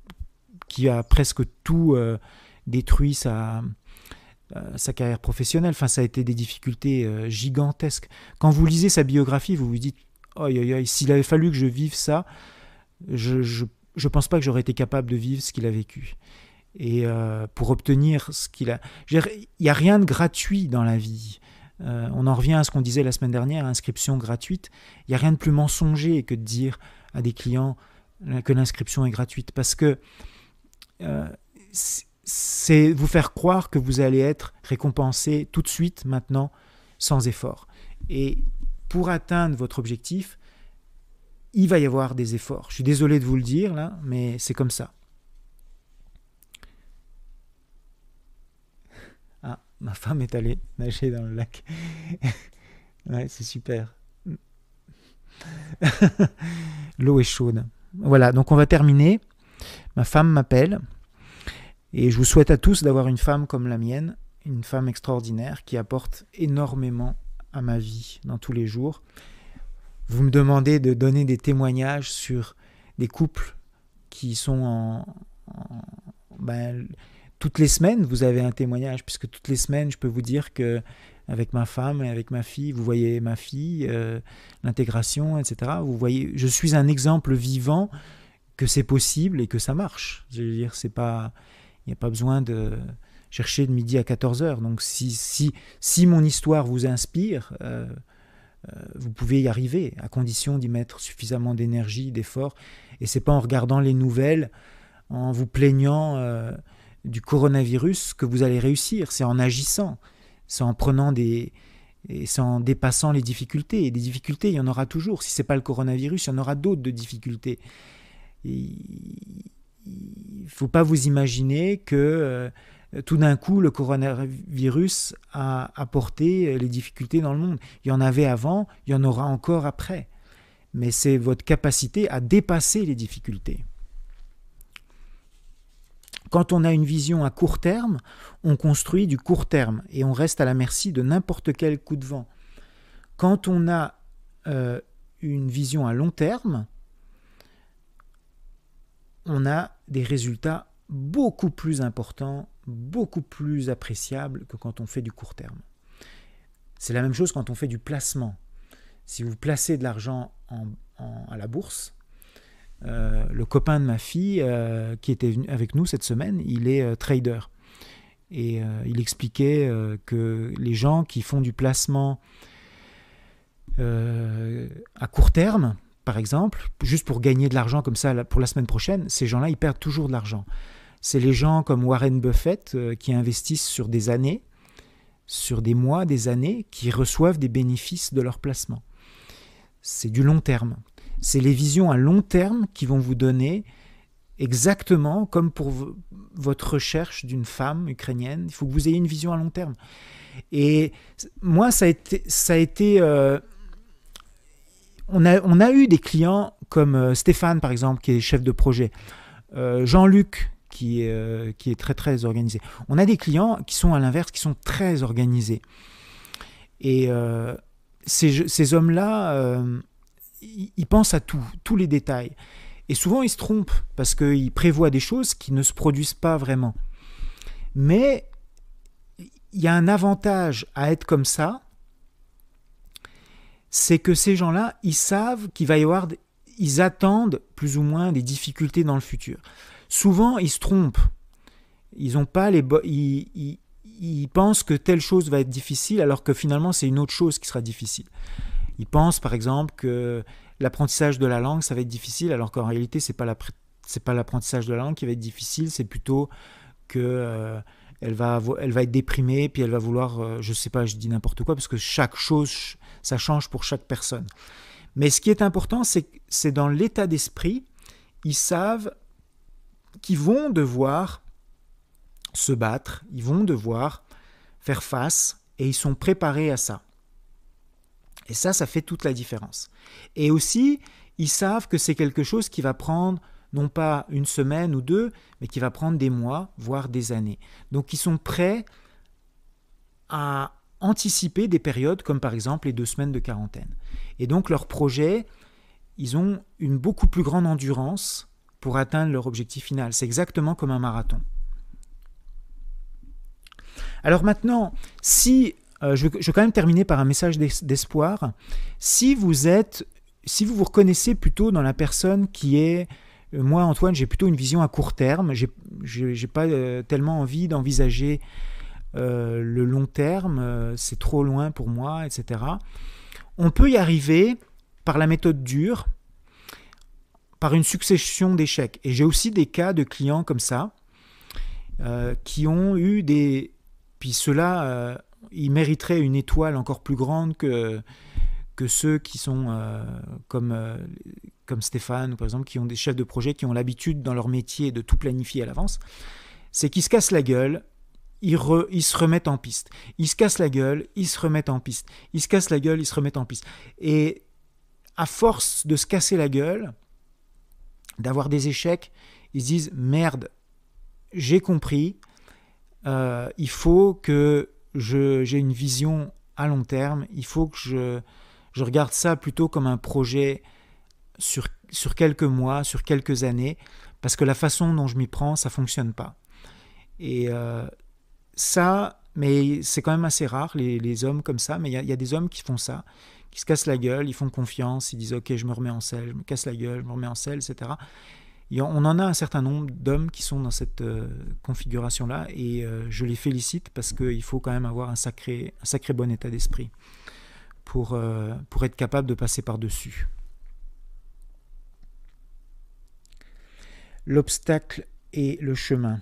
qui a presque tout euh, détruit sa, euh, sa carrière professionnelle. Enfin, ça a été des difficultés euh, gigantesques. Quand vous lisez sa biographie, vous vous dites « Oi, oi, oi, s'il avait fallu que je vive ça, je ne je, je pense pas que j'aurais été capable de vivre ce qu'il a vécu. » Et euh, pour obtenir ce qu'il a... Il n'y a rien de gratuit dans la vie. Euh, on en revient à ce qu'on disait la semaine dernière, inscription gratuite. Il n'y a rien de plus mensonger que de dire à des clients que l'inscription est gratuite. Parce que Euh, c'est vous faire croire que vous allez être récompensé tout de suite, maintenant, sans effort. Et pour atteindre votre objectif, il va y avoir des efforts. Je suis désolé de vous le dire, là, mais c'est comme ça. Ah, ma femme est allée nager dans le lac. Ouais, c'est super. L'eau est chaude. Voilà, donc on va terminer. Ma femme m'appelle et je vous souhaite à tous d'avoir une femme comme la mienne, une femme extraordinaire qui apporte énormément à ma vie dans tous les jours. Vous me demandez de donner des témoignages sur des couples qui sont en... en ben, toutes les semaines, vous avez un témoignage, puisque toutes les semaines, je peux vous dire que avec ma femme et avec ma fille, vous voyez ma fille, euh, l'intégration, et cetera. Vous voyez, je suis un exemple vivant que c'est possible et que ça marche. Je veux dire, c'est pas, il n'y a pas besoin de chercher de midi à quatorze heures. Donc, si, si, si mon histoire vous inspire, euh, euh, vous pouvez y arriver, à condition d'y mettre suffisamment d'énergie, d'effort. Et c'est pas en regardant les nouvelles, en vous plaignant euh, du coronavirus que vous allez réussir. C'est en agissant, c'est en prenant des... et c'est en dépassant les difficultés. Et des difficultés, il y en aura toujours. Si ce n'est pas le coronavirus, il y en aura d'autres de difficultés. Il ne faut pas vous imaginer que euh, tout d'un coup, le coronavirus a apporté les difficultés dans le monde. Il y en avait avant, il y en aura encore après. Mais c'est votre capacité à dépasser les difficultés. Quand on a une vision à court terme, on construit du court terme et on reste à la merci de n'importe quel coup de vent. Quand on a euh, une vision à long terme, on a des résultats beaucoup plus importants, beaucoup plus appréciables que quand on fait du court terme. C'est la même chose quand on fait du placement. Si vous placez de l'argent en, en, à la bourse, euh, le copain de ma fille euh, qui était venu avec nous cette semaine, il est euh, trader. Et euh, il expliquait euh, que les gens qui font du placement euh, à court terme, par exemple, juste pour gagner de l'argent comme ça pour la semaine prochaine, ces gens-là, ils perdent toujours de l'argent. C'est les gens comme Warren Buffett euh, qui investissent sur des années, sur des mois, des années, qui reçoivent des bénéfices de leur placement. C'est du long terme. C'est les visions à long terme qui vont vous donner exactement comme pour v- votre recherche d'une femme ukrainienne. Il faut que vous ayez une vision à long terme. Et moi, ça a été... Ça a été euh, on, a, on a eu des clients comme euh, Stéphane, par exemple, qui est chef de projet, euh, Jean-Luc, qui est, euh, qui est très, très organisé. On a des clients qui sont à l'inverse, qui sont très organisés. Et euh, ces, ces hommes-là, euh, ils, ils pensent à tout, tous les détails. Et souvent, ils se trompent parce qu'ils prévoient des choses qui ne se produisent pas vraiment. Mais il y a un avantage à être comme ça, c'est que ces gens-là, ils savent qu'il va y avoir, ils attendent plus ou moins des difficultés dans le futur. Souvent, ils se trompent. Ils ont pas les bo- ils, ils, ils pensent que telle chose va être difficile, alors que finalement, c'est une autre chose qui sera difficile. Ils pensent, par exemple, que l'apprentissage de la langue, ça va être difficile, alors qu'en réalité, c'est pas la, c'est pas l'apprentissage de la langue qui va être difficile, c'est plutôt que euh, elle va, elle va être déprimée, puis elle va vouloir, euh, je sais pas, je dis n'importe quoi, parce que chaque chose, ça change pour chaque personne. Mais ce qui est important, c'est, c'est dans l'état d'esprit, ils savent qu'ils vont devoir se battre, ils vont devoir faire face, et ils sont préparés à ça. Et ça, ça fait toute la différence. Et aussi, ils savent que c'est quelque chose qui va prendre non pas une semaine ou deux, mais qui va prendre des mois, voire des années. Donc, ils sont prêts à anticiper des périodes comme par exemple les deux semaines de quarantaine. Et donc, leurs projets, ils ont une beaucoup plus grande endurance pour atteindre leur objectif final. C'est exactement comme un marathon. Alors maintenant, si... Euh, je, vais, je vais quand même terminer par un message d'espoir. Si vous êtes, si vous vous reconnaissez plutôt dans la personne qui est, euh, moi Antoine, j'ai plutôt une vision à court terme. J'ai, j'ai, j'ai pas euh, tellement envie d'envisager euh, le long terme. Euh, c'est trop loin pour moi, et cetera. On peut y arriver par la méthode dure, par une succession d'échecs. Et j'ai aussi des cas de clients comme ça euh, qui ont eu des, puis ceux-là. Euh, ils mériteraient une étoile encore plus grande que, que ceux qui sont euh, comme, euh, comme Stéphane, par exemple, qui ont des chefs de projet qui ont l'habitude dans leur métier de tout planifier à l'avance. C'est qu'ils se cassent la gueule, ils, re, ils se remettent en piste. Ils se cassent la gueule, ils se remettent en piste. Ils se cassent la gueule, ils se remettent en piste. Et à force de se casser la gueule, d'avoir des échecs, ils se disent « Merde, j'ai compris, euh, il faut que Je, j'ai une vision à long terme, il faut que je, je regarde ça plutôt comme un projet sur, sur quelques mois, sur quelques années, parce que la façon dont je m'y prends, ça ne fonctionne pas. Et euh, ça, mais c'est quand même assez rare, les, les hommes comme ça, mais il y, y a des hommes qui font ça, qui se cassent la gueule, ils font confiance, ils disent « Ok, je me remets en selle, je me casse la gueule, je me remets en selle, et cetera » On en a un certain nombre d'hommes qui sont dans cette euh, configuration-là et euh, je les félicite parce qu'il faut quand même avoir un sacré, un sacré bon état d'esprit pour, euh, pour être capable de passer par-dessus. L'obstacle et le chemin.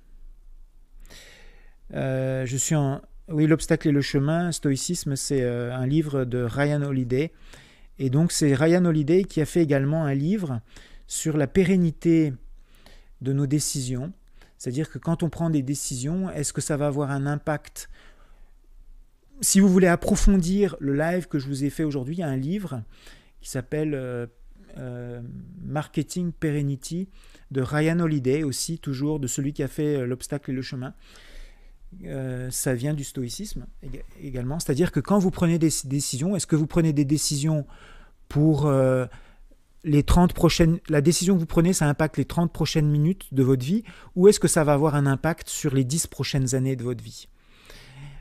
Euh, je suis en... Oui, l'obstacle et le chemin, stoïcisme, c'est euh, un livre de Ryan Holiday. Et donc c'est Ryan Holiday qui a fait également un livre sur la pérennité de nos décisions, c'est-à-dire que quand on prend des décisions, est-ce que ça va avoir un impact? Si vous voulez approfondir le live que je vous ai fait aujourd'hui, il y a un livre qui s'appelle euh, euh, Marketing Perennity de Ryan Holiday, aussi toujours de celui qui a fait euh, L'obstacle et le chemin. Euh, ça vient du stoïcisme également, c'est-à-dire que quand vous prenez des décisions, est-ce que vous prenez des décisions pour... Euh, les trente prochaines, la décision que vous prenez, ça impacte les trente prochaines minutes de votre vie, ou est-ce que ça va avoir un impact sur les dix prochaines années de votre vie?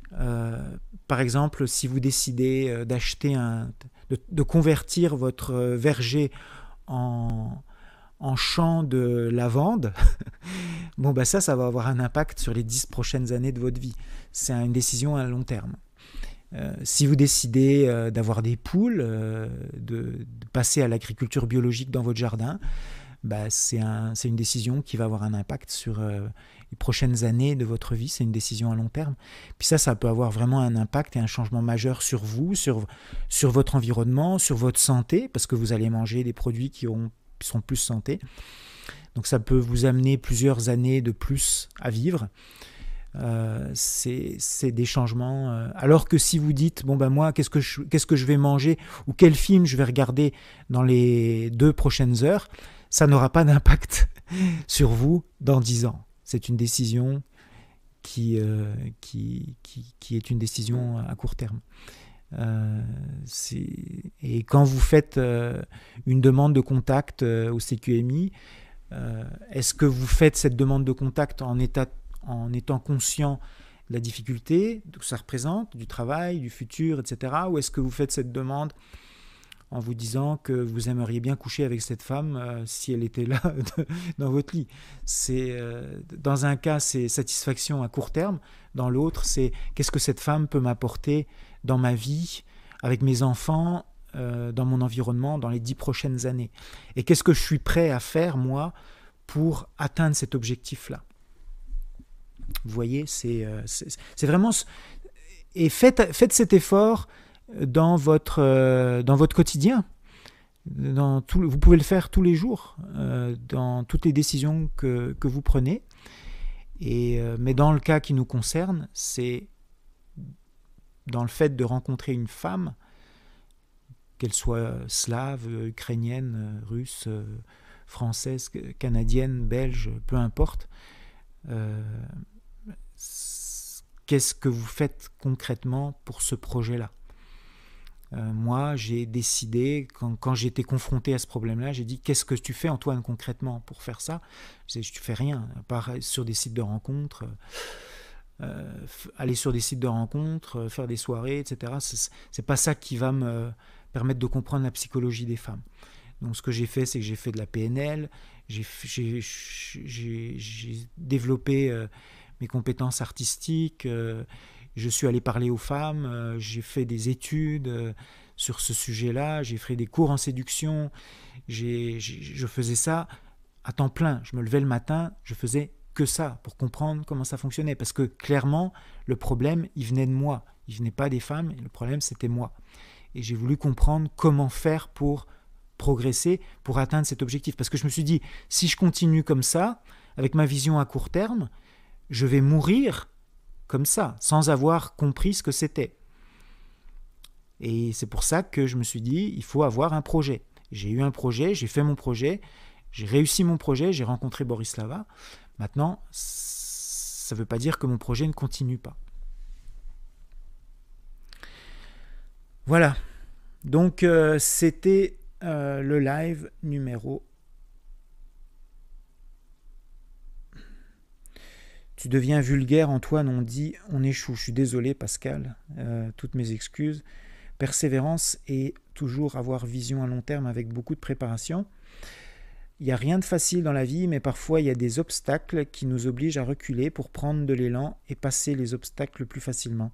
Euh, par exemple, si vous décidez euh, d'acheter un, de, de convertir votre euh, verger en, en champ de lavande, bon bah ça, ça va avoir un impact sur les dix prochaines années de votre vie. C'est une décision à long terme. Euh, si vous décidez euh, d'avoir des poules, euh, de, de passer à l'agriculture biologique dans votre jardin, bah c'est un, c'est une décision qui va avoir un impact sur euh, les prochaines années de votre vie. C'est une décision à long terme. Puis ça, ça peut avoir vraiment un impact et un changement majeur sur vous, sur, sur votre environnement, sur votre santé, parce que vous allez manger des produits qui, ont, qui sont plus santé. Donc ça peut vous amener plusieurs années de plus à vivre. Euh, c'est, c'est des changements. Euh, alors que si vous dites, bon ben moi, qu'est-ce que, je, qu'est-ce que je vais manger ou quel film je vais regarder dans les deux prochaines heures, ça n'aura pas d'impact sur vous dans dix ans. C'est une décision qui, euh, qui, qui, qui est une décision à court terme. Euh, c'est... Et quand vous faites euh, une demande de contact euh, au C Q M I, euh, est-ce que vous faites cette demande de contact en état en étant conscient de la difficulté que ça représente, du travail, du futur, et cetera. Ou est-ce que vous faites cette demande en vous disant que vous aimeriez bien coucher avec cette femme euh, si elle était là dans votre lit. C'est, euh, dans un cas, c'est satisfaction à court terme. Dans l'autre, c'est qu'est-ce que cette femme peut m'apporter dans ma vie, avec mes enfants, euh, dans mon environnement, dans les dix prochaines années. Et qu'est-ce que je suis prêt à faire, moi, pour atteindre cet objectif-là. Vous voyez, c'est, c'est, c'est vraiment... Et faites, faites cet effort dans votre, euh, dans votre quotidien. Dans tout, vous pouvez le faire tous les jours, euh, dans toutes les décisions que, que vous prenez. Et, euh, mais dans le cas qui nous concerne, c'est dans le fait de rencontrer une femme, qu'elle soit slave, ukrainienne, russe, française, canadienne, belge, peu importe, euh, qu'est-ce que vous faites concrètement pour ce projet-là? euh, Moi, j'ai décidé, quand, quand j'ai été confronté à ce problème-là, j'ai dit, qu'est-ce que tu fais, Antoine, concrètement pour faire ça? Je ne fais rien, à part sur des sites de rencontres, euh, aller sur des sites de rencontres, faire des soirées, et cetera. C'est, c'est pas ça qui va me permettre de comprendre la psychologie des femmes. Donc ce que j'ai fait, c'est que j'ai fait de la P N L, j'ai, j'ai, j'ai, j'ai développé euh, mes compétences artistiques, euh, je suis allé parler aux femmes, euh, j'ai fait des études euh, sur ce sujet-là, j'ai fait des cours en séduction, j'ai, j'ai, je faisais ça à temps plein. Je me levais le matin, je faisais que ça pour comprendre comment ça fonctionnait. Parce que clairement, le problème, il venait de moi. Il venait pas des femmes, le problème, c'était moi. Et j'ai voulu comprendre comment faire pour progresser, pour atteindre cet objectif. Parce que je me suis dit, si je continue comme ça, avec ma vision à court terme, je vais mourir comme ça, sans avoir compris ce que c'était. Et c'est pour ça que je me suis dit, il faut avoir un projet. J'ai eu un projet, j'ai fait mon projet, j'ai réussi mon projet, j'ai rencontré Borislava. Maintenant, ça ne veut pas dire que mon projet ne continue pas. Voilà. Donc, euh, c'était euh, le live numéro. Tu deviens vulgaire, Antoine, on dit, on échoue. Je suis désolé, Pascal, euh, toutes mes excuses. Persévérance et toujours avoir vision à long terme avec beaucoup de préparation. Il n'y a rien de facile dans la vie, mais parfois il y a des obstacles qui nous obligent à reculer pour prendre de l'élan et passer les obstacles plus facilement.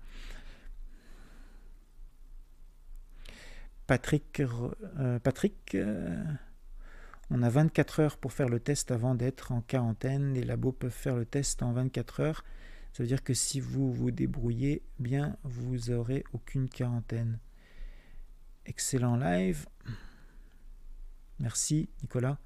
Patrick, euh, Patrick euh, on a vingt-quatre heures pour faire le test avant d'être en quarantaine. Les labos peuvent faire le test en vingt-quatre heures. Ça veut dire que si vous vous débrouillez bien, vous n'aurez aucune quarantaine. Excellent live. Merci, Nicolas.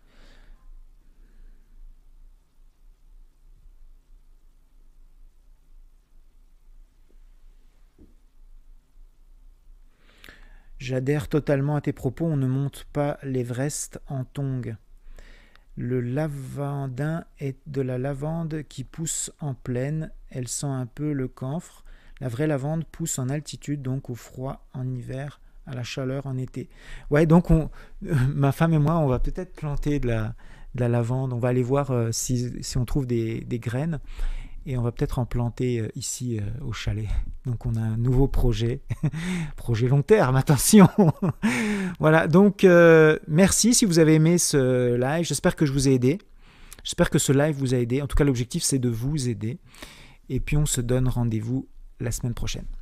J'adhère totalement à tes propos, on ne monte pas l'Everest en tongs. Le lavandin est de la lavande qui pousse en plaine, elle sent un peu le camphre. La vraie lavande pousse en altitude, donc au froid en hiver, à la chaleur en été. Ouais, donc on, euh, ma femme et moi, on va peut-être planter de la, de la lavande, on va aller voir euh, si, si on trouve des, des graines. et on va peut-être en planter euh, ici euh, au chalet. Donc on a un nouveau projet, projet long terme, attention. Voilà, donc euh, merci si vous avez aimé ce live, j'espère que je vous ai aidé. J'espère que ce live vous a aidé. En tout cas, l'objectif, c'est de vous aider. Et puis, on se donne rendez-vous la semaine prochaine.